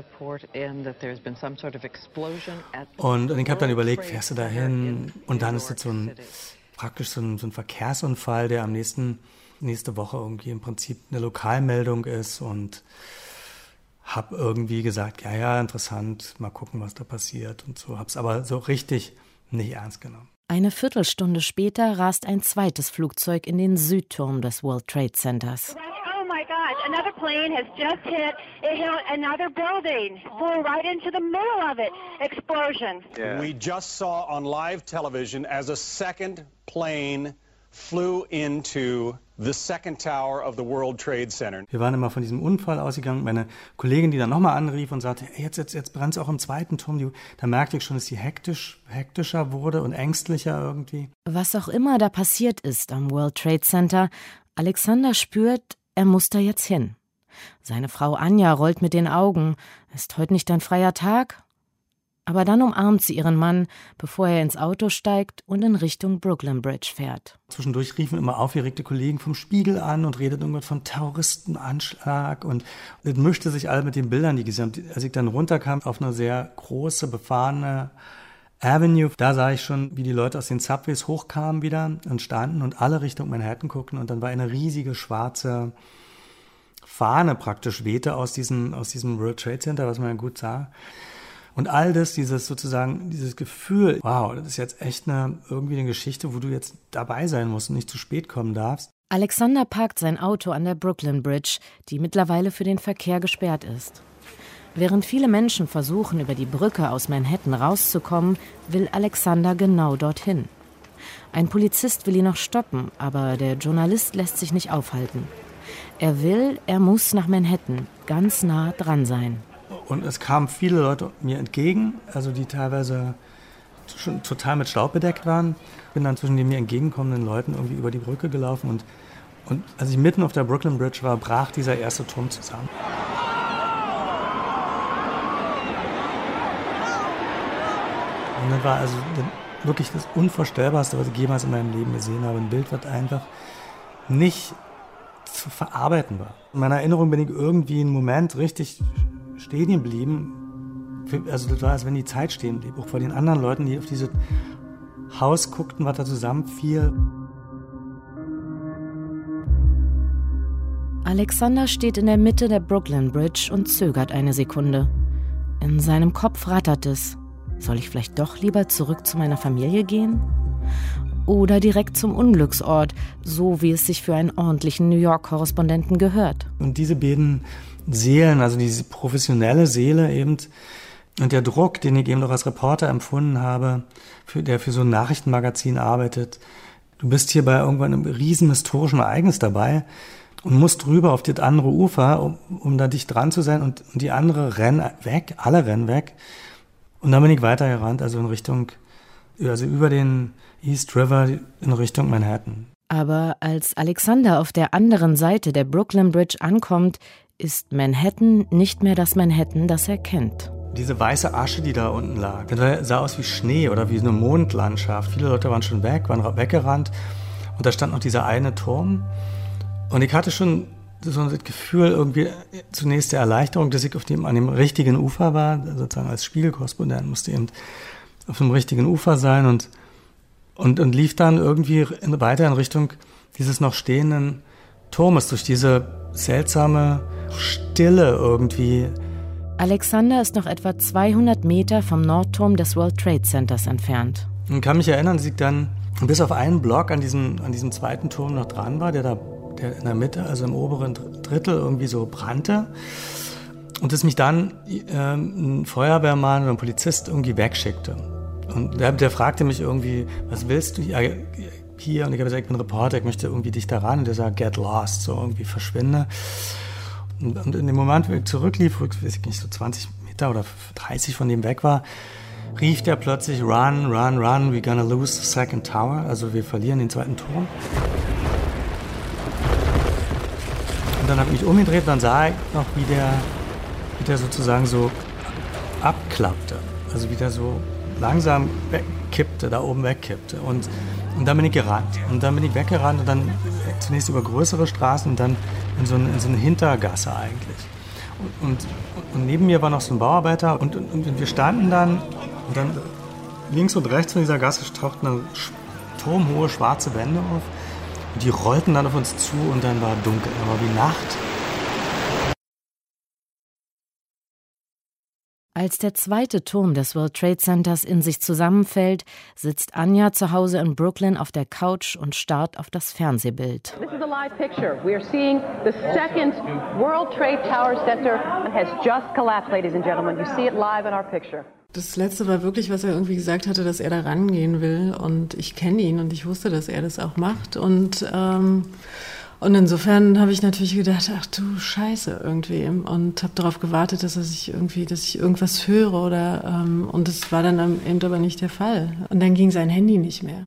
Und ich habe dann überlegt, fährst du da hin? Und dann ist jetzt praktisch so ein Verkehrsunfall, der nächste Woche irgendwie im Prinzip eine Lokalmeldung ist, und habe irgendwie gesagt, ja, interessant, mal gucken, was da passiert und so. Habe es aber so richtig nicht ernst genommen. Eine Viertelstunde später rast ein zweites Flugzeug in den Südturm des World Trade Centers. Oh my gosh, another plane has just hit another building, flew right into the middle of it. Explosion. Yeah. We just saw on live television as a second plane flew into the second tower of the World Trade Center. Wir waren immer von diesem Unfall ausgegangen. Meine Kollegin, die dann nochmal anrief und sagte, hey, jetzt brennt es auch im zweiten Turm. Da merkte ich schon, dass die hektischer wurde und ängstlicher irgendwie. Was auch immer da passiert ist am World Trade Center, Alexander spürt, er muss da jetzt hin. Seine Frau Anja rollt mit den Augen. Ist heute nicht dein freier Tag? Aber dann umarmt sie ihren Mann, bevor er ins Auto steigt und in Richtung Brooklyn Bridge fährt. Zwischendurch riefen immer aufgeregte Kollegen vom Spiegel an und redeten irgendwas von Terroristenanschlag. Und das mischte sich all mit den Bildern, die gesehen haben. Als ich dann runterkam auf eine sehr große, befahrene Avenue, da sah ich schon, wie die Leute aus den Subways hochkamen wieder und standen und alle Richtung Manhattan guckten. Und dann war eine riesige schwarze Fahne praktisch wehte aus diesem World Trade Center, was man ja gut sah. Und all das, dieses Gefühl, wow, das ist jetzt echt irgendwie eine Geschichte, wo du jetzt dabei sein musst und nicht zu spät kommen darfst. Alexander parkt sein Auto an der Brooklyn Bridge, die mittlerweile für den Verkehr gesperrt ist. Während viele Menschen versuchen, über die Brücke aus Manhattan rauszukommen, will Alexander genau dorthin. Ein Polizist will ihn noch stoppen, aber der Journalist lässt sich nicht aufhalten. Er muss nach Manhattan, ganz nah dran sein. Und es kamen viele Leute mir entgegen, also die teilweise schon total mit Staub bedeckt waren. Ich bin dann zwischen den mir entgegenkommenden Leuten irgendwie über die Brücke gelaufen und als ich mitten auf der Brooklyn Bridge war, brach dieser erste Turm zusammen. Und dann war also wirklich das Unvorstellbarste, was ich jemals in meinem Leben gesehen habe. Ein Bild, was einfach nicht zu verarbeiten war. In meiner Erinnerung bin ich irgendwie einen Moment richtig stehen geblieben. Also das war, als wenn die Zeit stehen blieb. Auch vor den anderen Leuten, die auf dieses Haus guckten, was da zusammenfiel. Alexander steht in der Mitte der Brooklyn Bridge und zögert eine Sekunde. In seinem Kopf rattert es. Soll ich vielleicht doch lieber zurück zu meiner Familie gehen? Oder direkt zum Unglücksort, so wie es sich für einen ordentlichen New York-Korrespondenten gehört. Und diese beiden Seelen, also diese professionelle Seele eben und der Druck, den ich eben noch als Reporter empfunden habe, der für so ein Nachrichtenmagazin arbeitet. Du bist hier bei irgendwann einem riesen historischen Ereignis dabei und musst rüber auf das andere Ufer, um da dicht dran zu sein, und die andere rennen weg, alle rennen weg. Und dann bin ich weitergerannt, also über den East River in Richtung Manhattan. Aber als Alexander auf der anderen Seite der Brooklyn Bridge ankommt, ist Manhattan nicht mehr das Manhattan, das er kennt. Diese weiße Asche, die da unten lag, das sah aus wie Schnee oder wie eine Mondlandschaft. Viele Leute waren schon weg, waren weggerannt. Und da stand noch dieser eine Turm. Und ich hatte schon so das Gefühl, irgendwie zunächst der Erleichterung, dass ich an dem richtigen Ufer war. Sozusagen als Spiegelkorrespondent musste eben auf dem richtigen Ufer sein und lief dann irgendwie weiter in Richtung dieses noch stehenden Turmes, durch diese seltsame Stille irgendwie. Alexander ist noch etwa 200 Meter vom Nordturm des World Trade Centers entfernt. Ich kann mich erinnern, dass ich dann bis auf einen Block an diesem zweiten Turm noch dran war, der in der Mitte, also im oberen Drittel irgendwie so brannte. Und dass mich dann ein Feuerwehrmann oder ein Polizist irgendwie wegschickte. Und der fragte mich irgendwie, was willst du hier? Und ich habe gesagt, ich bin Reporter, ich möchte irgendwie dich da ran. Und der sagt, get lost, so irgendwie verschwinde. Und in dem Moment, wo ich zurücklief, weiß ich nicht, so 20 Meter oder 30 von dem weg war, rief der plötzlich, run, run, run, we're gonna lose the second tower. Also wir verlieren den zweiten Turm. Und dann habe ich mich umgedreht und dann sah ich noch, wie der sozusagen so abklappte. Also wie der so langsam wegkippte, da oben wegkippte. Und dann bin ich gerannt. Und dann bin ich weggerannt und dann zunächst über größere Straßen und dann in so eine Hintergasse eigentlich. Und neben mir war noch so ein Bauarbeiter und wir standen dann und dann links und rechts von dieser Gasse tauchten dann turmhohe schwarze Wände auf und die rollten dann auf uns zu und dann war dunkel, aber wie Nacht. Als der zweite Turm des World Trade Centers in sich zusammenfällt, sitzt Anja zu Hause in Brooklyn auf der Couch und starrt auf das Fernsehbild. This is a live picture. We are seeing the second World Trade Tower Center has just collapsed, ladies and gentlemen. You see it live in our picture. Das Letzte war wirklich, was er irgendwie gesagt hatte, dass er da rangehen will. Und ich kenne ihn und ich wusste, dass er das auch macht. Und insofern habe ich natürlich gedacht, ach du Scheiße irgendwie, und habe darauf gewartet, dass ich irgendwas höre oder und das war dann eben aber nicht der Fall. Und dann ging sein Handy nicht mehr.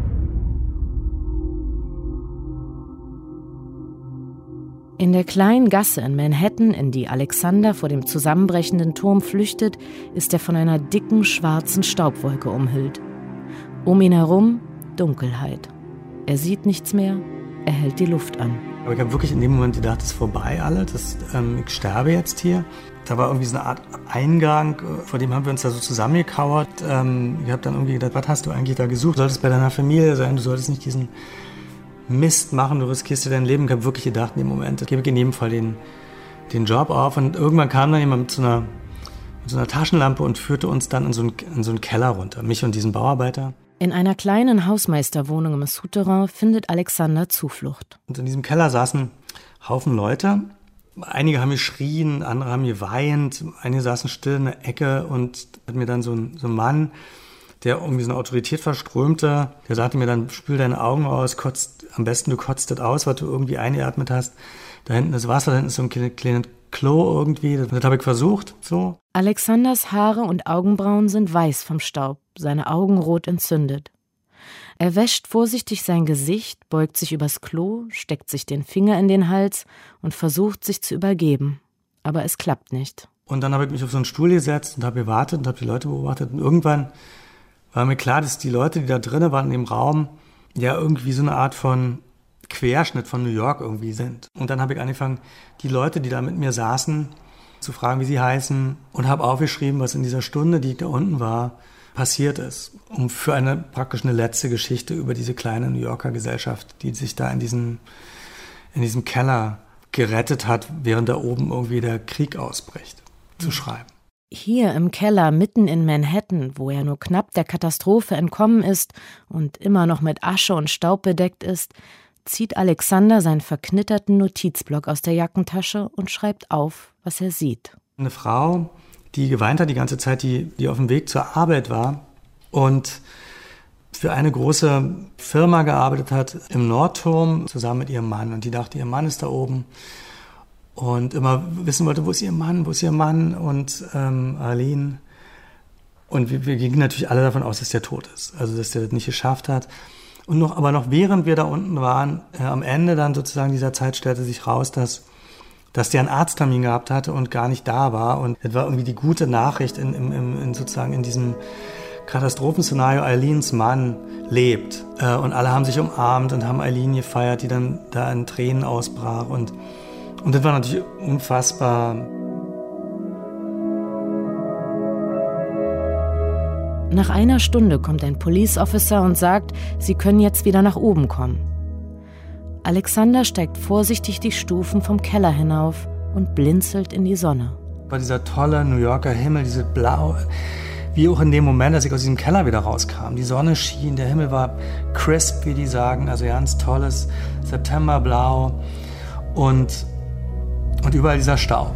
In der kleinen Gasse in Manhattan, in die Alexander vor dem zusammenbrechenden Turm flüchtet, ist er von einer dicken schwarzen Staubwolke umhüllt. Um ihn herum Dunkelheit. Er sieht nichts mehr. Er hält die Luft an. Aber ich habe wirklich in dem Moment gedacht, das ist vorbei alles, ich sterbe jetzt hier. Da war irgendwie so eine Art Eingang, vor dem haben wir uns da so zusammengekauert. Ich habe dann irgendwie gedacht, was hast du eigentlich da gesucht? Du solltest bei deiner Familie sein, du solltest nicht diesen Mist machen, du riskierst dir dein Leben. Ich habe wirklich gedacht in dem Moment, ich gebe in jedem Fall den Job auf. Und irgendwann kam dann jemand mit so einer Taschenlampe und führte uns dann in so einen Keller runter, mich und diesen Bauarbeiter. In einer kleinen Hausmeisterwohnung im Souterrain findet Alexander Zuflucht. Und in diesem Keller saßen Haufen Leute. Einige haben geschrien, andere haben geweint, einige saßen still in der Ecke und hat mir dann so ein Mann, der irgendwie so eine Autorität verströmte, der sagte mir dann, spül deine Augen aus, am besten du kotzt das aus, was du irgendwie eingeatmet hast. Da hinten ist Wasser, da hinten ist so ein kleines Klo irgendwie. Das habe ich versucht, so. Alexanders Haare und Augenbrauen sind weiß vom Staub, seine Augen rot entzündet. Er wäscht vorsichtig sein Gesicht, beugt sich übers Klo, steckt sich den Finger in den Hals und versucht, sich zu übergeben. Aber es klappt nicht. Und dann habe ich mich auf so einen Stuhl gesetzt und habe gewartet und habe die Leute beobachtet. Und irgendwann war mir klar, dass die Leute, die da drinnen waren in dem Raum, ja irgendwie so eine Art von Querschnitt von New York irgendwie sind. Und dann habe ich angefangen, die Leute, die da mit mir saßen, zu fragen, wie sie heißen, und habe aufgeschrieben, was in dieser Stunde, die ich da unten war, passiert ist. Um für praktisch eine letzte Geschichte über diese kleine New Yorker Gesellschaft, die sich da in diesem Keller gerettet hat, während da oben irgendwie der Krieg ausbricht, zu schreiben. Hier im Keller mitten in Manhattan, wo er nur knapp der Katastrophe entkommen ist und immer noch mit Asche und Staub bedeckt ist, zieht Alexander seinen verknitterten Notizblock aus der Jackentasche und schreibt auf, was er sieht. Eine Frau, die geweint hat die ganze Zeit, die auf dem Weg zur Arbeit war und für eine große Firma gearbeitet hat im Nordturm zusammen mit ihrem Mann. Und die dachte, ihr Mann ist da oben. Und immer wissen wollte, wo ist ihr Mann und Arlene. Und wir gingen natürlich alle davon aus, dass der tot ist, also dass der das nicht geschafft hat. Und aber noch während wir da unten waren, am Ende dann sozusagen dieser Zeit stellte sich raus, dass der einen Arzttermin gehabt hatte und gar nicht da war. Und das war irgendwie die gute Nachricht sozusagen in diesem Katastrophenszenario, Eileens Mann lebt. Und alle haben sich umarmt und haben Eileen gefeiert, die dann da in Tränen ausbrach. Und das war natürlich unfassbar. Nach einer Stunde kommt ein Police Officer und sagt, sie können jetzt wieder nach oben kommen. Alexander steigt vorsichtig die Stufen vom Keller hinauf und blinzelt in die Sonne. War dieser tolle New Yorker Himmel, diese Blau, wie auch in dem Moment, als ich aus diesem Keller wieder rauskam. Die Sonne schien, der Himmel war crisp, wie die sagen, also ganz tolles Septemberblau und überall dieser Staub.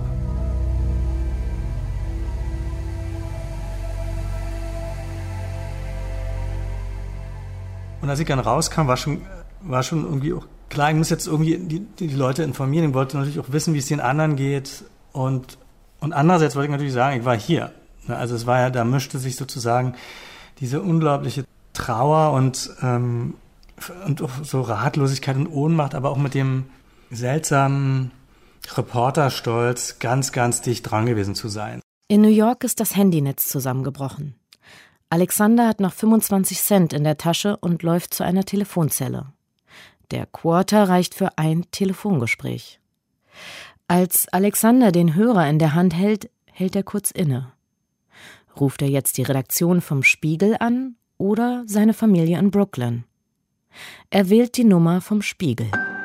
Und als ich dann rauskam, war schon irgendwie auch klar, ich muss jetzt irgendwie die Leute informieren. Ich wollte natürlich auch wissen, wie es den anderen geht. Und andererseits wollte ich natürlich sagen, ich war hier. Also es war ja, da mischte sich sozusagen diese unglaubliche Trauer und auch so Ratlosigkeit und Ohnmacht, aber auch mit dem seltsamen Reporterstolz, ganz, ganz dicht dran gewesen zu sein. In New York ist das Handynetz zusammengebrochen. Alexander hat noch 25 Cent in der Tasche und läuft zu einer Telefonzelle. Der Quarter reicht für ein Telefongespräch. Als Alexander den Hörer in der Hand hält, hält er kurz inne. Ruft er jetzt die Redaktion vom Spiegel an oder seine Familie in Brooklyn? Er wählt die Nummer vom Spiegel.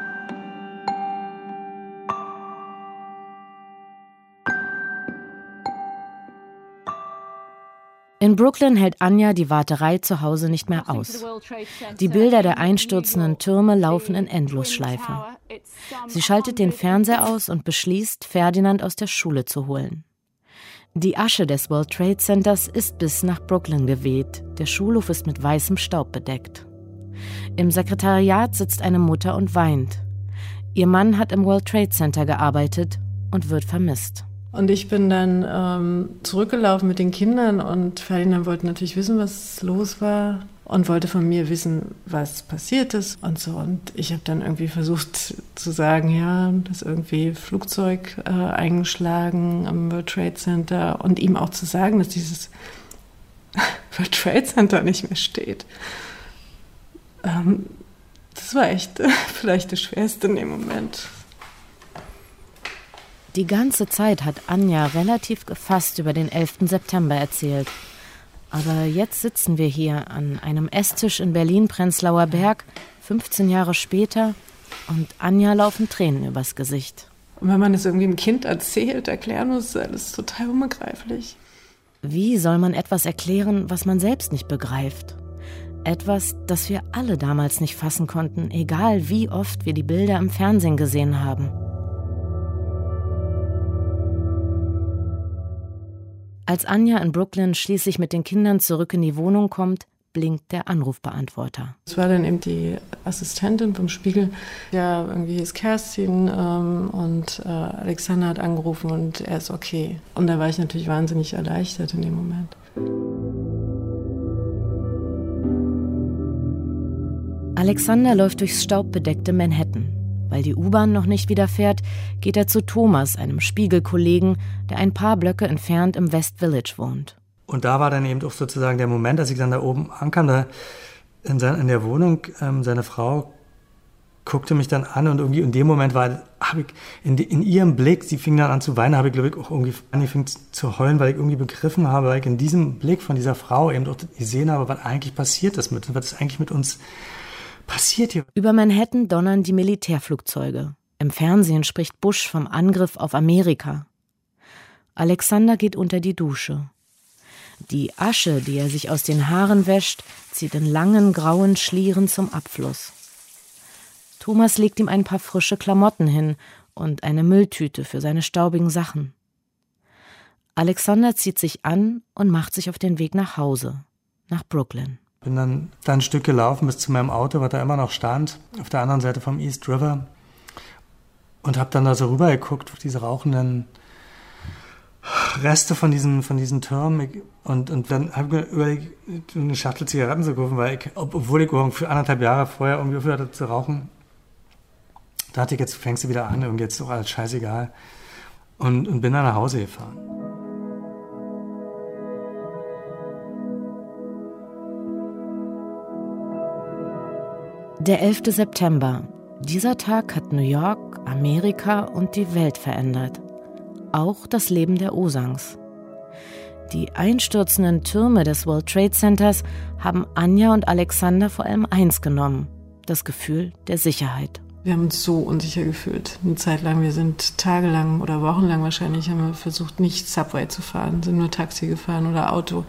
In Brooklyn hält Anja die Warterei zu Hause nicht mehr aus. Die Bilder der einstürzenden Türme laufen in Endlosschleife. Sie schaltet den Fernseher aus und beschließt, Ferdinand aus der Schule zu holen. Die Asche des World Trade Centers ist bis nach Brooklyn geweht. Der Schulhof ist mit weißem Staub bedeckt. Im Sekretariat sitzt eine Mutter und weint. Ihr Mann hat im World Trade Center gearbeitet und wird vermisst. Und ich bin dann zurückgelaufen mit den Kindern und Ferdinand wollte natürlich wissen, was los war und wollte von mir wissen, was passiert ist und so. Und ich habe dann irgendwie versucht zu sagen, ja, das ist irgendwie Flugzeug eingeschlagen am World Trade Center und ihm auch zu sagen, dass dieses World Trade Center nicht mehr steht. Das war echt vielleicht das Schwerste in dem Moment. Die ganze Zeit hat Anja relativ gefasst über den 11. September erzählt. Aber jetzt sitzen wir hier an einem Esstisch in Berlin-Prenzlauer Berg, 15 Jahre später, und Anja laufen Tränen übers Gesicht. Und wenn man es irgendwie einem Kind erzählt, erklären muss, ist alles total unbegreiflich. Wie soll man etwas erklären, was man selbst nicht begreift? Etwas, das wir alle damals nicht fassen konnten, egal wie oft wir die Bilder im Fernsehen gesehen haben. Als Anja in Brooklyn schließlich mit den Kindern zurück in die Wohnung kommt, blinkt der Anrufbeantworter. Es war dann eben die Assistentin vom Spiegel. Ja, irgendwie ist Kerstin und Alexander hat angerufen und er ist okay. Und da war ich natürlich wahnsinnig erleichtert in dem Moment. Alexander läuft durchs staubbedeckte Manhattan. Weil die U-Bahn noch nicht wieder fährt, geht er zu Thomas, einem Spiegelkollegen, der ein paar Blöcke entfernt im West Village wohnt. Und da war dann eben auch sozusagen der Moment, als ich dann da oben ankam, da in der Wohnung, seine Frau guckte mich dann an und irgendwie in dem Moment habe ich in ihrem Blick, sie fing dann an zu weinen, habe ich glaube ich auch irgendwie angefangen zu heulen, weil ich irgendwie begriffen habe, weil ich in diesem Blick von dieser Frau eben auch gesehen habe, was eigentlich passiert ist was ist eigentlich mit uns passiert hier. Über Manhattan donnern die Militärflugzeuge. Im Fernsehen spricht Bush vom Angriff auf Amerika. Alexander geht unter die Dusche. Die Asche, die er sich aus den Haaren wäscht, zieht in langen grauen Schlieren zum Abfluss. Thomas legt ihm ein paar frische Klamotten hin und eine Mülltüte für seine staubigen Sachen. Alexander zieht sich an und macht sich auf den Weg nach Hause, nach Brooklyn. Bin dann ein Stück gelaufen bis zu meinem Auto, was da immer noch stand, auf der anderen Seite vom East River. Und habe dann da so rüber geguckt, auf diese rauchenden Reste von diesen Türmen. Und dann habe ich mir überlegt, eine Schachtel Zigaretten zu kaufen, weil obwohl ich für 1,5 Jahre vorher irgendwie aufgehört hatte zu rauchen, da dachte ich, jetzt fängst du wieder an, irgendwie jetzt ist doch alles scheißegal. Und bin dann nach Hause gefahren. Der 11. September. Dieser Tag hat New York, Amerika und die Welt verändert. Auch das Leben der Osangs. Die einstürzenden Türme des World Trade Centers haben Anja und Alexander vor allem eins genommen: das Gefühl der Sicherheit. Wir haben uns so unsicher gefühlt. Eine Zeit lang, wir sind tagelang oder wochenlang wahrscheinlich, haben wir versucht, nicht Subway zu fahren, sind nur Taxi gefahren oder Auto.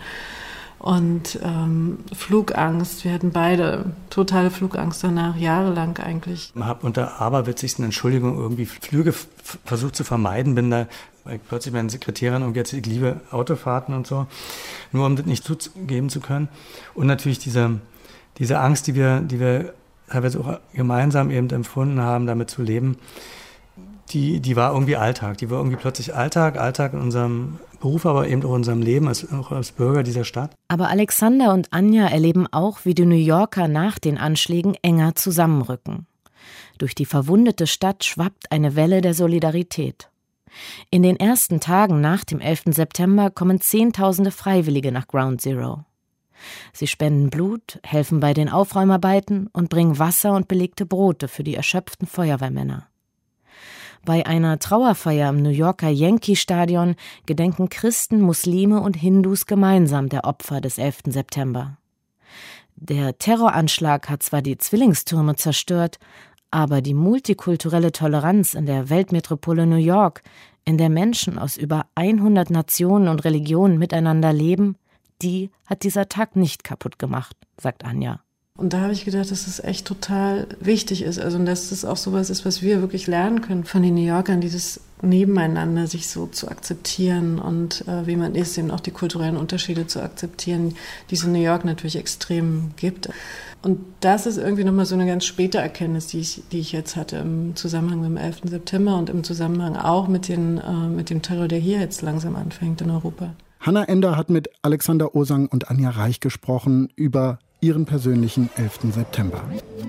Und Flugangst, wir hatten beide totale Flugangst danach, jahrelang eigentlich. Ich habe unter aberwitzigsten Entschuldigungen irgendwie Flüge versucht zu vermeiden, bin da plötzlich meine Sekretärin und jetzt, ich liebe Autofahrten und so, nur um das nicht zugeben zu können. Und natürlich diese Angst, die wir teilweise auch gemeinsam eben empfunden haben, damit zu leben, die war irgendwie Alltag. Die war irgendwie plötzlich Alltag in unserem Beruf, aber eben auch in unserem Leben, auch als Bürger dieser Stadt. Aber Alexander und Anja erleben auch, wie die New Yorker nach den Anschlägen enger zusammenrücken. Durch die verwundete Stadt schwappt eine Welle der Solidarität. In den ersten Tagen nach dem 11. September kommen Zehntausende Freiwillige nach Ground Zero. Sie spenden Blut, helfen bei den Aufräumarbeiten und bringen Wasser und belegte Brote für die erschöpften Feuerwehrmänner. Bei einer Trauerfeier im New Yorker Yankee-Stadion gedenken Christen, Muslime und Hindus gemeinsam der Opfer des 11. September. Der Terroranschlag hat zwar die Zwillingstürme zerstört, aber die multikulturelle Toleranz in der Weltmetropole New York, in der Menschen aus über 100 Nationen und Religionen miteinander leben, die hat dieser Tag nicht kaputt gemacht, sagt Anja. Und da habe ich gedacht, dass es echt total wichtig ist. Also, und dass das auch sowas ist, was wir wirklich lernen können von den New Yorkern, dieses Nebeneinander, sich so zu akzeptieren und wie man ist, eben auch die kulturellen Unterschiede zu akzeptieren, die es in New York natürlich extrem gibt. Und das ist irgendwie nochmal so eine ganz späte Erkenntnis, die ich jetzt hatte im Zusammenhang mit dem 11. September und im Zusammenhang auch mit dem Terror, der hier jetzt langsam anfängt in Europa. Hannah Ender hat mit Alexander Osang und Anja Reich gesprochen über ihren persönlichen 11. September.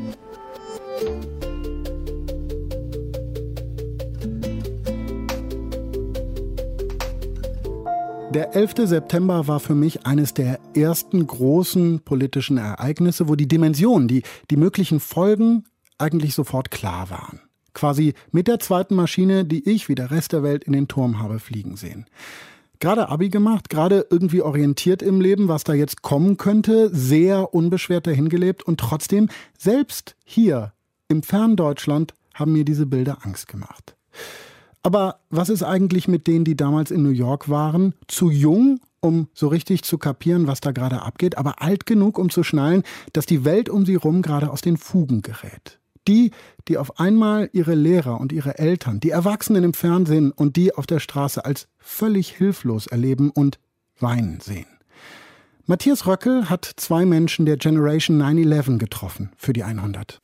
Der 11. September war für mich eines der ersten großen politischen Ereignisse, wo die Dimensionen, die möglichen Folgen eigentlich sofort klar waren. Quasi mit der zweiten Maschine, die ich wie der Rest der Welt in den Turm habe fliegen sehen. Gerade Abi gemacht, gerade irgendwie orientiert im Leben, was da jetzt kommen könnte, sehr unbeschwert dahingelebt und trotzdem, selbst hier im fernen Deutschland, haben mir diese Bilder Angst gemacht. Aber was ist eigentlich mit denen, die damals in New York waren? Zu jung, um so richtig zu kapieren, was da gerade abgeht, aber alt genug, um zu schnallen, dass die Welt um sie rum gerade aus den Fugen gerät. Die auf einmal ihre Lehrer und ihre Eltern, die Erwachsenen im Fernsehen und die auf der Straße als völlig hilflos erleben und weinen sehen. Matthias Röckel hat 2 Menschen der Generation 9/11 getroffen für die 100.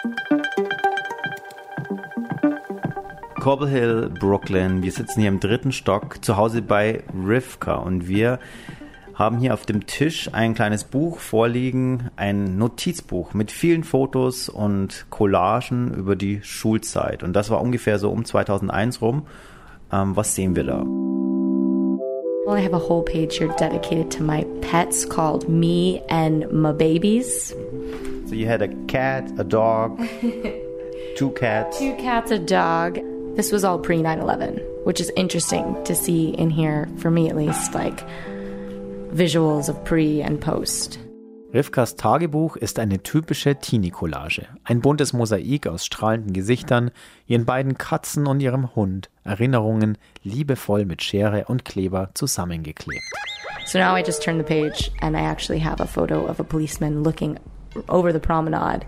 Cobble Hill, Brooklyn. Wir sitzen hier im 3. Stock, zu Hause bei Rivka und wir haben hier auf dem Tisch ein kleines Buch vorliegen, ein Notizbuch mit vielen Fotos und Collagen über die Schulzeit. Und das war ungefähr so um 2001 rum. Was sehen wir da? Well, I have a whole page here dedicated to my pets called Me and My Babies. So you had a cat, a dog, 2 cats. 2 cats, a dog. This was all pre-9/11, which is interesting to see in here, for me at least, like visuals of pre and post. Rivkas Tagebuch ist eine typische Teenie-Collage. Ein buntes Mosaik aus strahlenden Gesichtern, ihren beiden Katzen und ihrem Hund. Erinnerungen liebevoll mit Schere und Kleber zusammengeklebt. So now I just turn the page and I actually have a photo of a policeman looking over the promenade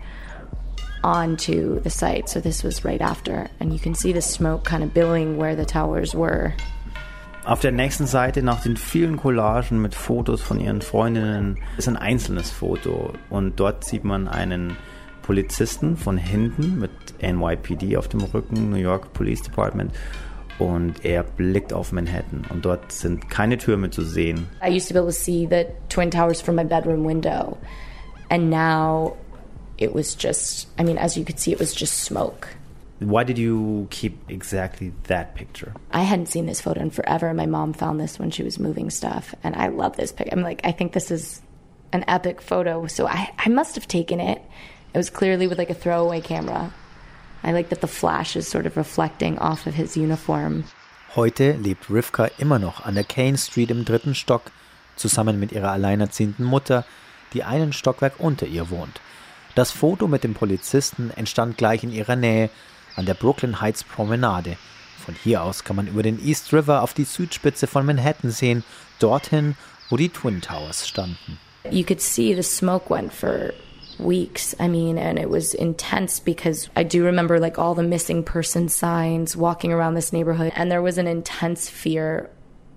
onto the site. So this was right after. And you can see the smoke kind of billowing where the towers were. Auf der nächsten Seite, nach den vielen Collagen mit Fotos von ihren Freundinnen, ist ein einzelnes Foto. Und dort sieht man einen Polizisten von hinten mit NYPD auf dem Rücken, New York Police Department. Und er blickt auf Manhattan. Und dort sind keine Türme zu sehen. I used to be able to see the Twin Towers from my bedroom window. And now it was just, I mean, as you could see, it was just smoke. Why did you keep exactly that picture? I hadn't seen this photo in forever. My mom found this when she was moving stuff, and I love this picture. I'm like, I think this is an epic photo, so I must have taken it. It was clearly with like a throwaway camera. I like that the flash is sort of reflecting off of his uniform. Heute lebt Rivka immer noch an der Kane Street im 3. Stock, zusammen mit ihrer alleinerziehenden Mutter, die einen Stockwerk unter ihr wohnt. Das Foto mit dem Polizisten entstand gleich in ihrer Nähe, an der Brooklyn Heights Promenade. Von hier aus kann man über den East River auf die Südspitze von Manhattan sehen, dorthin, wo die Twin Towers standen. You could see the smoke went for weeks. I mean, and it was intense because I do remember like all the missing person signs walking around this neighborhood, and there was an intense fear,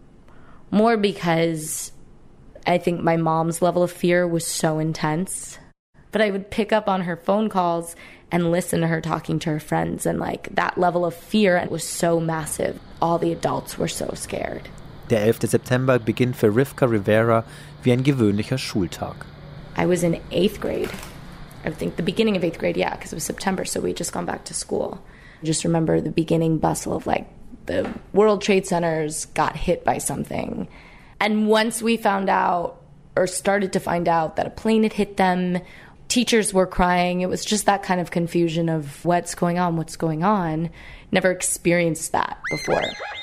more because I think my mom's level of fear was so intense. But I would pick up on her phone calls and listen to her talking to her friends, and like that level of fear was so massive. All the adults were so scared. Der 11. September beginnt für Rivka Rivera wie ein gewöhnlicher Schultag. I was in 8th grade. I think the beginning of 8th grade, yeah, because it was September, so we'd just gone back to school. I just remember the beginning bustle of like the World Trade Centers got hit by something. And once we found out, or started to find out, that a plane had hit them, teachers were crying. It was just that kind of confusion of what's going on. Never experienced that before.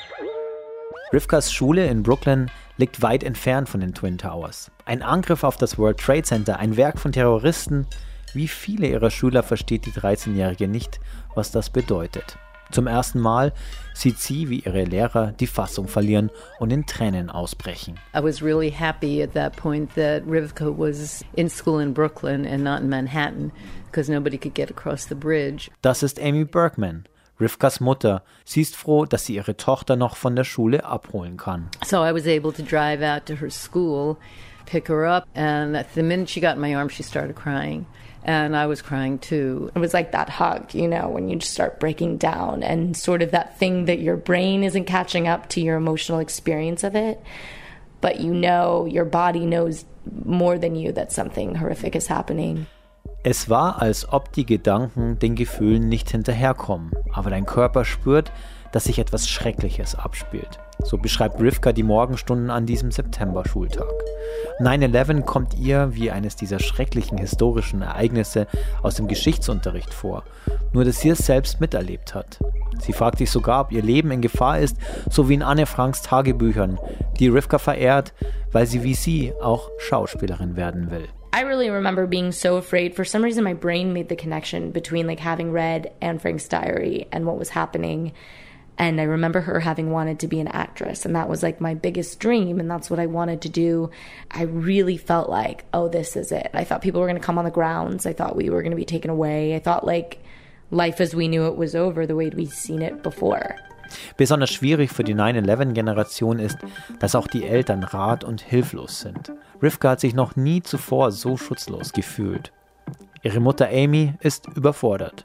Rivkas Schule in Brooklyn liegt weit entfernt von den Twin Towers. Ein Angriff auf das World Trade Center, ein Werk von Terroristen. Wie viele ihrer Schüler versteht die 13-Jährige nicht, was das bedeutet. Zum ersten Mal sieht sie, wie ihre Lehrer die Fassung verlieren und in Tränen ausbrechen. I was really happy at that point that Rivka was in school in Brooklyn and not in Manhattan, because nobody could get across the bridge. Das ist Amy Bergman, Rivkas Mutter. Sie ist froh, dass sie ihre Tochter noch von der Schule abholen kann. So I was able to drive out to her school, pick her up, and the minute she got in my arms, she started crying. And I was crying too. It was like that hug, you know, when you just start breaking down and sort of that thing that your brain isn't catching up to your emotional experience of it. But you know, your body knows more than you that something horrific is happening. Es war, als ob die Gedanken den Gefühlen nicht hinterherkommen. Aber dein Körper spürt, dass sich etwas Schreckliches abspielt. So beschreibt Rivka die Morgenstunden an diesem September-Schultag. 9/11 kommt ihr wie eines dieser schrecklichen historischen Ereignisse aus dem Geschichtsunterricht vor, nur dass sie es selbst miterlebt hat. Sie fragt sich sogar, ob ihr Leben in Gefahr ist, so wie in Anne Franks Tagebüchern, die Rivka verehrt, weil sie wie sie auch Schauspielerin werden will. I really remember being so afraid. For some reason, my brain made the connection between like having read Anne Frank's diary and what was happening. And I remember her having wanted to be an actress, and that was like my biggest dream, and that's what I wanted to do. I really felt like, oh, this is it. I thought people were going to come on the grounds. I thought we were going to be taken away. I thought like life as we knew it was over, the way we'd seen it before. Besonders schwierig für die 9/11-Generation ist, dass auch die Eltern rat- und hilflos sind. Rivka hat sich noch nie zuvor so schutzlos gefühlt. Ihre Mutter Amy ist überfordert.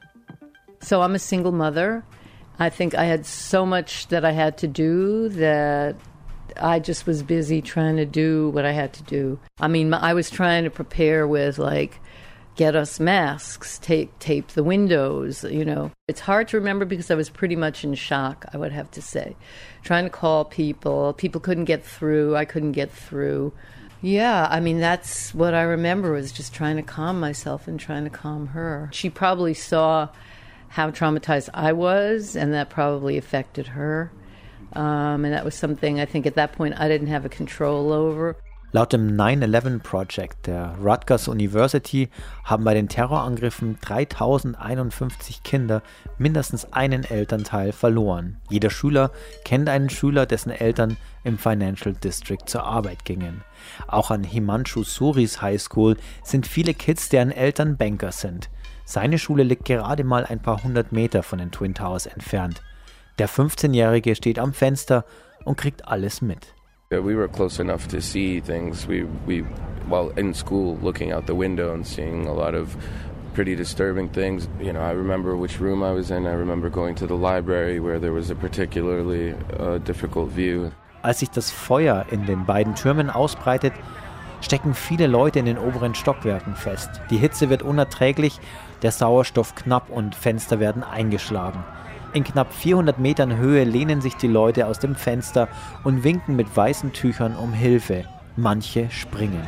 So I'm a single mother. I think I had so much that I had to do that I just was busy trying to do what I had to do. I mean, I was trying to prepare with like, get us masks, tape the windows, you know. It's hard to remember because I was pretty much in shock, I would have to say. Trying to call people couldn't get through, I couldn't get through. Yeah, I mean, that's what I remember, was just trying to calm myself and trying to calm her. She probably saw how traumatized I was, and that probably affected her. And that was something I think at that point I didn't have a control over. Laut dem 9/11 Project der Rutgers University haben bei den Terrorangriffen 3051 Kinder mindestens einen Elternteil verloren. Jeder Schüler kennt einen Schüler, dessen Eltern im Financial District zur Arbeit gingen. Auch an Himanshu Suris High School sind viele Kids, deren Eltern Banker sind. Seine Schule liegt gerade mal ein paar 100 Meter von den Twin Towers entfernt. Der 15-Jährige steht am Fenster und kriegt alles mit. We were close enough to see things. We while in school, looking out the window and seeing a lot of pretty disturbing things. You know, I remember which room I was in. I remember going to the library where there was a particularly difficult view. Als sich das Feuer in den beiden Türmen ausbreitet, stecken viele Leute in den oberen Stockwerken fest. Die Hitze wird unerträglich, der Sauerstoff knapp und Fenster werden eingeschlagen. In knapp 400 Metern Höhe lehnen sich die Leute aus dem Fenster und winken mit weißen Tüchern um Hilfe. Manche springen.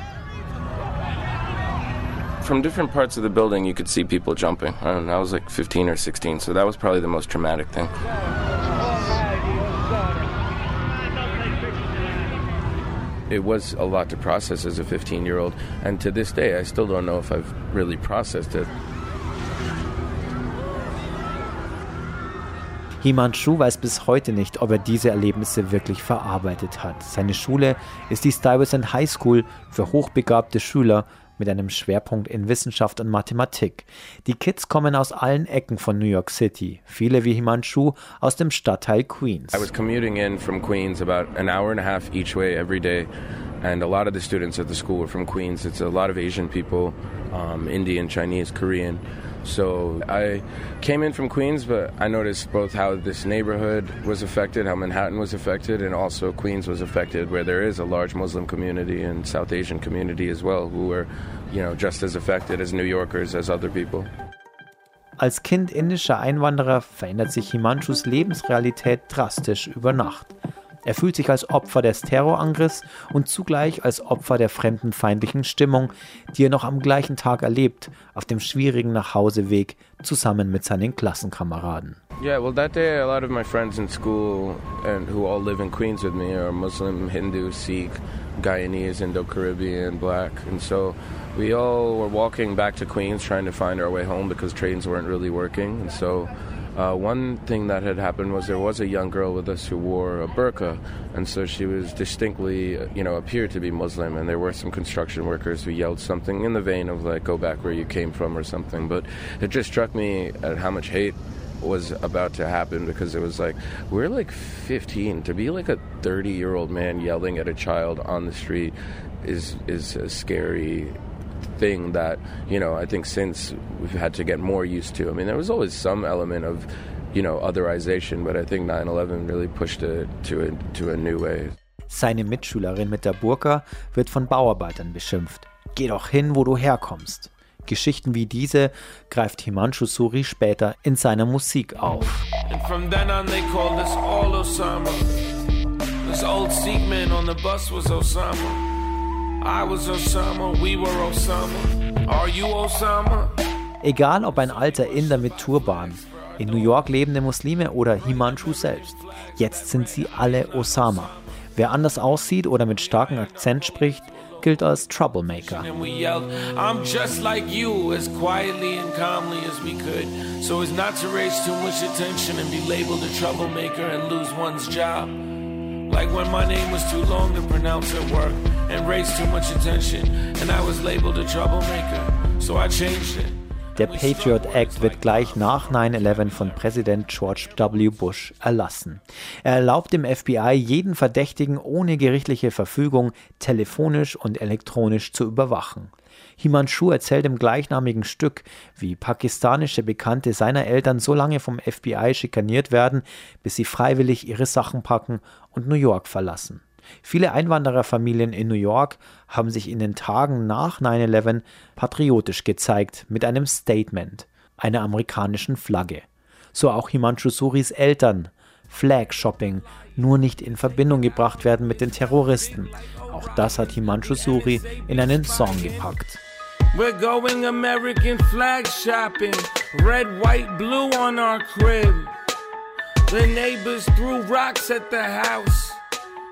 From different parts of the building you could see people jumping. I don't know, I was like 15 or 16, so that was probably the most traumatic thing. It was a lot to process as a 15-year-old, and to this day I still don't know if I've really processed it. Himanshu weiß bis heute nicht, ob er diese Erlebnisse wirklich verarbeitet hat. Seine Schule ist die Stuyvesant High School für hochbegabte Schüler mit einem Schwerpunkt in Wissenschaft und Mathematik. Die Kids kommen aus allen Ecken von New York City, viele wie Himanshu aus dem Stadtteil Queens. I was commuting in from Queens about an hour and a half each way every day, and a lot of the students at the school were from Queens. It's a lot of Asian people, Indian, Chinese, Korean. So I came in from Queens, but I noticed both how this neighborhood was affected, how Manhattan was affected, and also Queens was affected, where there is a large Muslim community and South Asian community as well, who were, you know, just as affected as New Yorkers, as other people. Als Kind indischer Einwanderer verändert sich Himanshus Lebensrealität drastisch über Nacht. Er fühlt sich als Opfer des Terrorangriffs und zugleich als Opfer der fremdenfeindlichen Stimmung, die er noch am gleichen Tag erlebt, auf dem schwierigen Nachhauseweg zusammen mit seinen Klassenkameraden. Yeah, well, that day a lot of my friends in school and who all live in Queens with me are Muslim, Hindu, Sikh, Guyanese, Indo-Caribbean, Black, and so we all were walking back to Queens trying to find our way home because trains weren't really working, and so one thing that had happened was there was a young girl with us who wore a burqa, and so she was distinctly, you know, appeared to be Muslim, and there were some construction workers who yelled something in the vein of like, go back where you came from or something, but it just struck me at how much hate was about to happen, because it was like, we're like 15, to be like a 30-year-old man yelling at a child on the street is a scary thing that, you know, I think since we've had to get more used to. I mean, there was always some element of, you know, otherization, but I think 9/11 really pushed it to a new way. Seine Mitschülerin mit der Burka wird von Bauarbeitern beschimpft. Geh doch hin, wo du herkommst. Geschichten wie diese greift Himanshu Suri später in seiner Musik auf. And from then on they called us all Osama. This old Sikh man on the bus was Osama. I was Osama, we were Osama. Are you Osama? Egal ob ein alter Inder mit Turban, in New York lebende Muslime oder Himanshu selbst, jetzt sind sie alle Osama. Wer anders aussieht oder mit starkem Akzent spricht, gilt als Troublemaker. And we yelled, I'm just like you, as quietly and calmly as we could, so as not to raise too much attention and be labeled a troublemaker and lose one's job. Like when my name was too long to pronounce at work and raised too much attention, and I was labeled a troublemaker, so I changed it. Der Patriot Act wird gleich nach 9/11 von Präsident George W. Bush erlassen. Er erlaubt dem FBI, jeden Verdächtigen ohne gerichtliche Verfügung telefonisch und elektronisch zu überwachen. Himanshu erzählt im gleichnamigen Stück, wie pakistanische Bekannte seiner Eltern so lange vom FBI schikaniert werden, bis sie freiwillig ihre Sachen packen und New York verlassen. Viele Einwandererfamilien in New York haben sich in den Tagen nach 9/11 patriotisch gezeigt mit einem Statement, einer amerikanischen Flagge. So auch Himanshu Suris Eltern. Flag-Shopping, nur nicht in Verbindung gebracht werden mit den Terroristen. Auch das hat Himanshu Suri in einen Song gepackt. We're going American flag shopping, red, white, blue on our crib. The neighbors threw rocks at the house.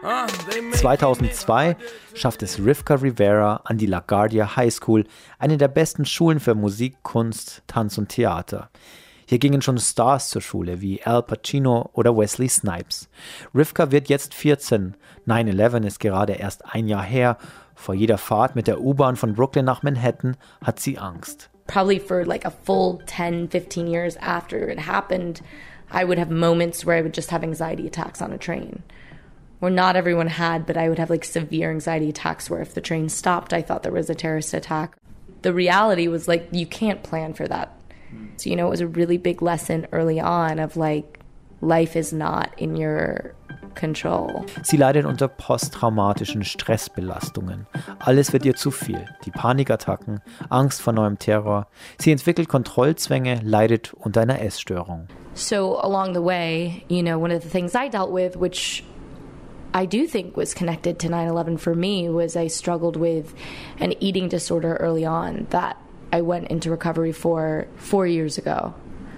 2002 schafft es Rivka Rivera an die LaGuardia High School, eine der besten Schulen für Musik, Kunst, Tanz und Theater. Hier gingen schon Stars zur Schule, wie Al Pacino oder Wesley Snipes. Rivka wird jetzt 14. 9/11 ist gerade erst ein Jahr her. Vor jeder Fahrt mit der U-Bahn von Brooklyn nach Manhattan hat sie Angst. Probably for like a full 10, 15 years after it happened, I would have moments where I would just have anxiety attacks on a train. Where not everyone had, but I would have like severe anxiety attacks where if the train stopped, I thought there was a terrorist attack. The reality was like, you can't plan for that. So, you know, it was a really big lesson early on of like, life is not in your control. Sie leidet unter posttraumatischen Stressbelastungen. Alles wird ihr zu viel. Die Panikattacken, Angst vor neuem Terror. Sie entwickelt Kontrollzwänge, leidet unter einer Essstörung. So along the way, you know, one of the things I dealt with, which I do think was connected to 9/11 for me, was I struggled with an eating disorder early on that I went into recovery for 4 years ago.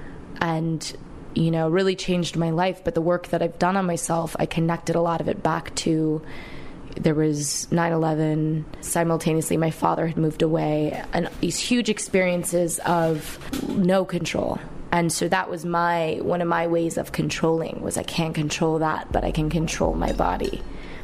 And, you know, really changed my life. But the work that I've done on myself, I connected a lot of it back to, there was 9/11. Simultaneously, my father had moved away. And these huge experiences of no control. And so that was one of my ways of controlling, was I can't control that, but I can control my body.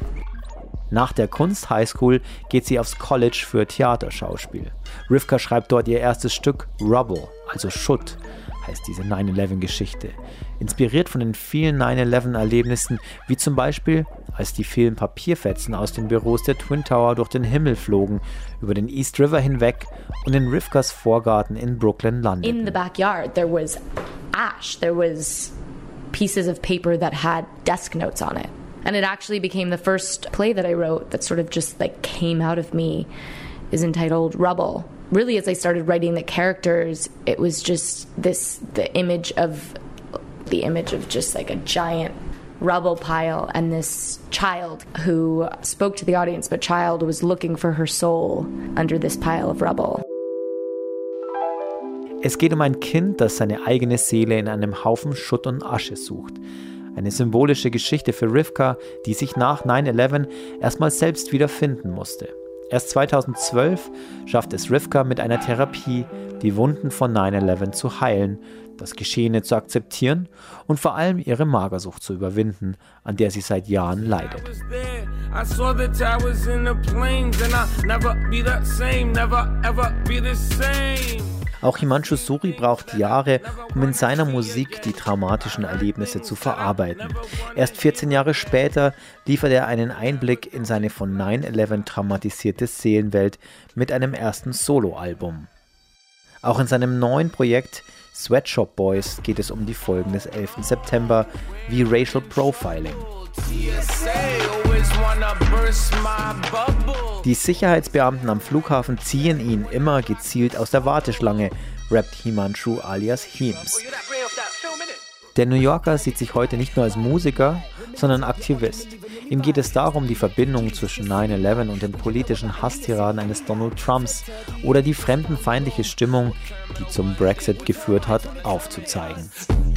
Nach der Kunst High School geht sie aufs College für Theaterschauspiel. Rivka schreibt dort ihr erstes Stück Rubble, also Schutt, heißt diese 9/11-Geschichte. Inspiriert von den vielen 9/11-Erlebnissen, wie zum Beispiel, als die vielen Papierfetzen aus den Büros der Twin Tower durch den Himmel flogen, über den East River hinweg und in Rivkas Vorgarten in Brooklyn landeten. In the backyard there was ash, there was pieces of paper that had desk notes on it. And it actually became the first play that I wrote that sort of just like came out of me, is entitled Rubble. Really, as I started writing the characters, it was just the image of just like a giant rubble pile and this child who spoke to the audience, but child was looking for her soul under this pile of rubble. Es geht um ein Kind, das seine eigene Seele in einem Haufen Schutt und Asche sucht. Eine symbolische Geschichte für Rivka, die sich nach 9/11 erstmal selbst wieder finden musste. Erst 2012 schafft es Rivka mit einer Therapie, die Wunden von 9/11 zu heilen, das Geschehene zu akzeptieren und vor allem ihre Magersucht zu überwinden, an der sie seit Jahren leidet. Auch Himanshu Suri braucht Jahre, um in seiner Musik die traumatischen Erlebnisse zu verarbeiten. Erst 14 Jahre später liefert er einen Einblick in seine von 9/11 traumatisierte Seelenwelt mit einem ersten Soloalbum. Auch in seinem neuen Projekt Sweatshop Boys geht es um die Folgen des 11. September wie Racial Profiling. Die Sicherheitsbeamten am Flughafen ziehen ihn immer gezielt aus der Warteschlange, rappt Himanshu alias Hims. Der New Yorker sieht sich heute nicht nur als Musiker, sondern Aktivist. Ihm geht es darum, die Verbindung zwischen 9/11 und den politischen Hasstiraden eines Donald Trumps oder die fremdenfeindliche Stimmung, die zum Brexit geführt hat, aufzuzeigen.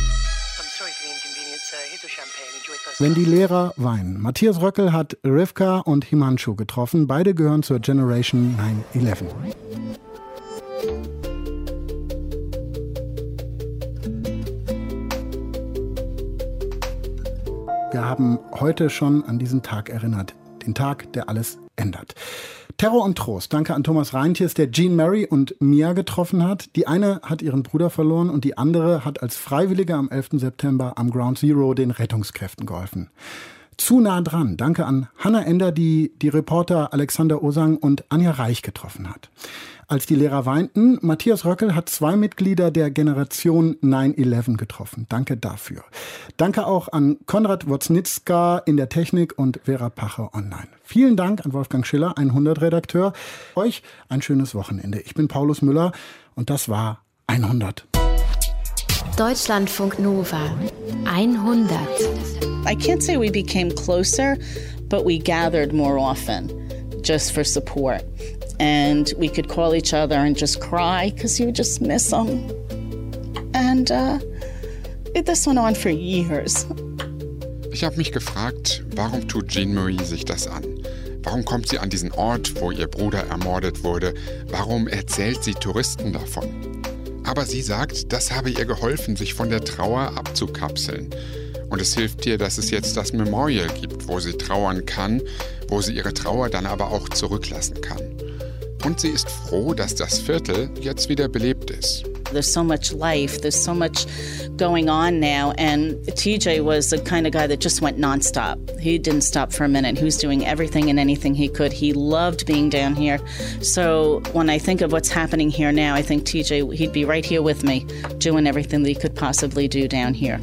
Wenn die Lehrer weinen. Matthias Röckel hat Rivka und Himanshu getroffen. Beide gehören zur Generation 9/11. Wir haben heute schon an diesen Tag erinnert. Den Tag, der alles ändert. Terror und Trost. Danke an Thomas Reintjes, der Jean Mary und Mia getroffen hat. Die eine hat ihren Bruder verloren und die andere hat als Freiwillige am 11. September am Ground Zero den Rettungskräften geholfen. Zu nah dran. Danke an Hannah Ender, die Reporter Alexander Osang und Anja Reich getroffen hat. Als die Lehrer weinten, Matthias Röckel hat 2 Mitglieder der Generation 9/11 getroffen. Danke dafür. Danke auch an Konrad Woznitzka in der Technik und Vera Pache online. Vielen Dank an Wolfgang Schiller, 100-Redakteur. Euch ein schönes Wochenende. Ich bin Paulus Müller und das war 100. Deutschlandfunk Nova 100. I can't say we became closer, but we gathered more often just for support. And we could call each other and just cry because you would just miss them. And this went on for years. Ich habe mich gefragt, warum tut Jean Marie sich das an? Warum kommt sie an diesen Ort, wo ihr Bruder ermordet wurde? Warum erzählt sie Touristen davon? Aber sie sagt, das habe ihr geholfen, sich von der Trauer abzukapseln. Und es hilft ihr, dass es jetzt das Memorial gibt, wo sie trauern kann, wo sie ihre Trauer dann aber auch zurücklassen kann. Und sie ist froh, dass das Viertel jetzt wieder belebt ist. There's so much life, there's so much going on now, and TJ was the kind of guy that just went nonstop. He didn't stop for a minute. He was doing everything and anything he could. He loved being down here. So when I think of what's happening here now, I think TJ, he'd be right here with me, doing everything that he could possibly do down here.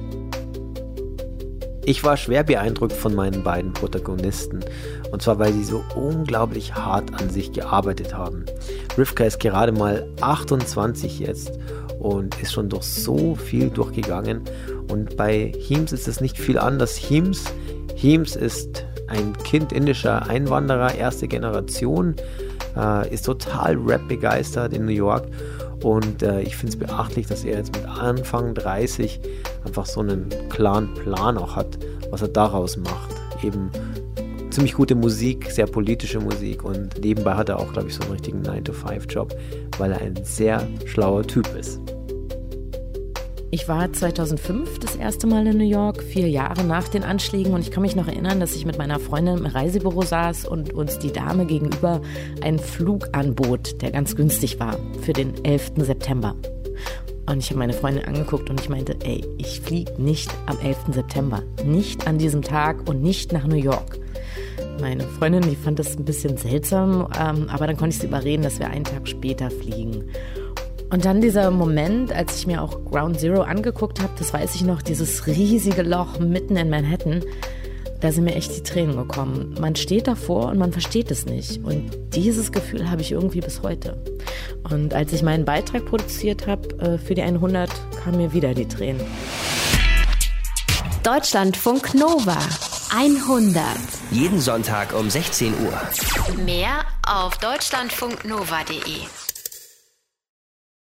Ich war schwer beeindruckt von meinen beiden Protagonisten. Und zwar, weil sie so unglaublich hart an sich gearbeitet haben. Rivka ist gerade mal 28 jetzt und ist schon durch so viel durchgegangen. Und bei Heems ist es nicht viel anders. Heems ist ein Kind indischer Einwanderer, erste Generation, ist total Rap begeistert in New York. Und ich finde es beachtlich, dass er jetzt mit Anfang 30 einfach so einen klaren Plan auch hat, was er daraus macht. Eben ziemlich gute Musik, sehr politische Musik und nebenbei hat er auch, glaube ich, so einen richtigen 9-to-5-Job, weil er ein sehr schlauer Typ ist. Ich war 2005 das erste Mal in New York, 4 Jahre nach den Anschlägen, und ich kann mich noch erinnern, dass ich mit meiner Freundin im Reisebüro saß und uns die Dame gegenüber einen Flug anbot, der ganz günstig war, für den 11. September. Und ich habe meine Freundin angeguckt und ich meinte, ey, ich fliege nicht am 11. September, nicht an diesem Tag und nicht nach New York. Meine Freundin, die fand das ein bisschen seltsam, aber dann konnte ich sie überreden, dass wir einen Tag später fliegen. Und dann dieser Moment, als ich mir auch Ground Zero angeguckt habe, das weiß ich noch, dieses riesige Loch mitten in Manhattan, da sind mir echt die Tränen gekommen. Man steht davor und man versteht es nicht. Und dieses Gefühl habe ich irgendwie bis heute. Und als ich meinen Beitrag produziert habe für die 100, kamen mir wieder die Tränen. Deutschlandfunk Nova 100. Jeden Sonntag um 16 Uhr. Mehr auf deutschlandfunknova.de.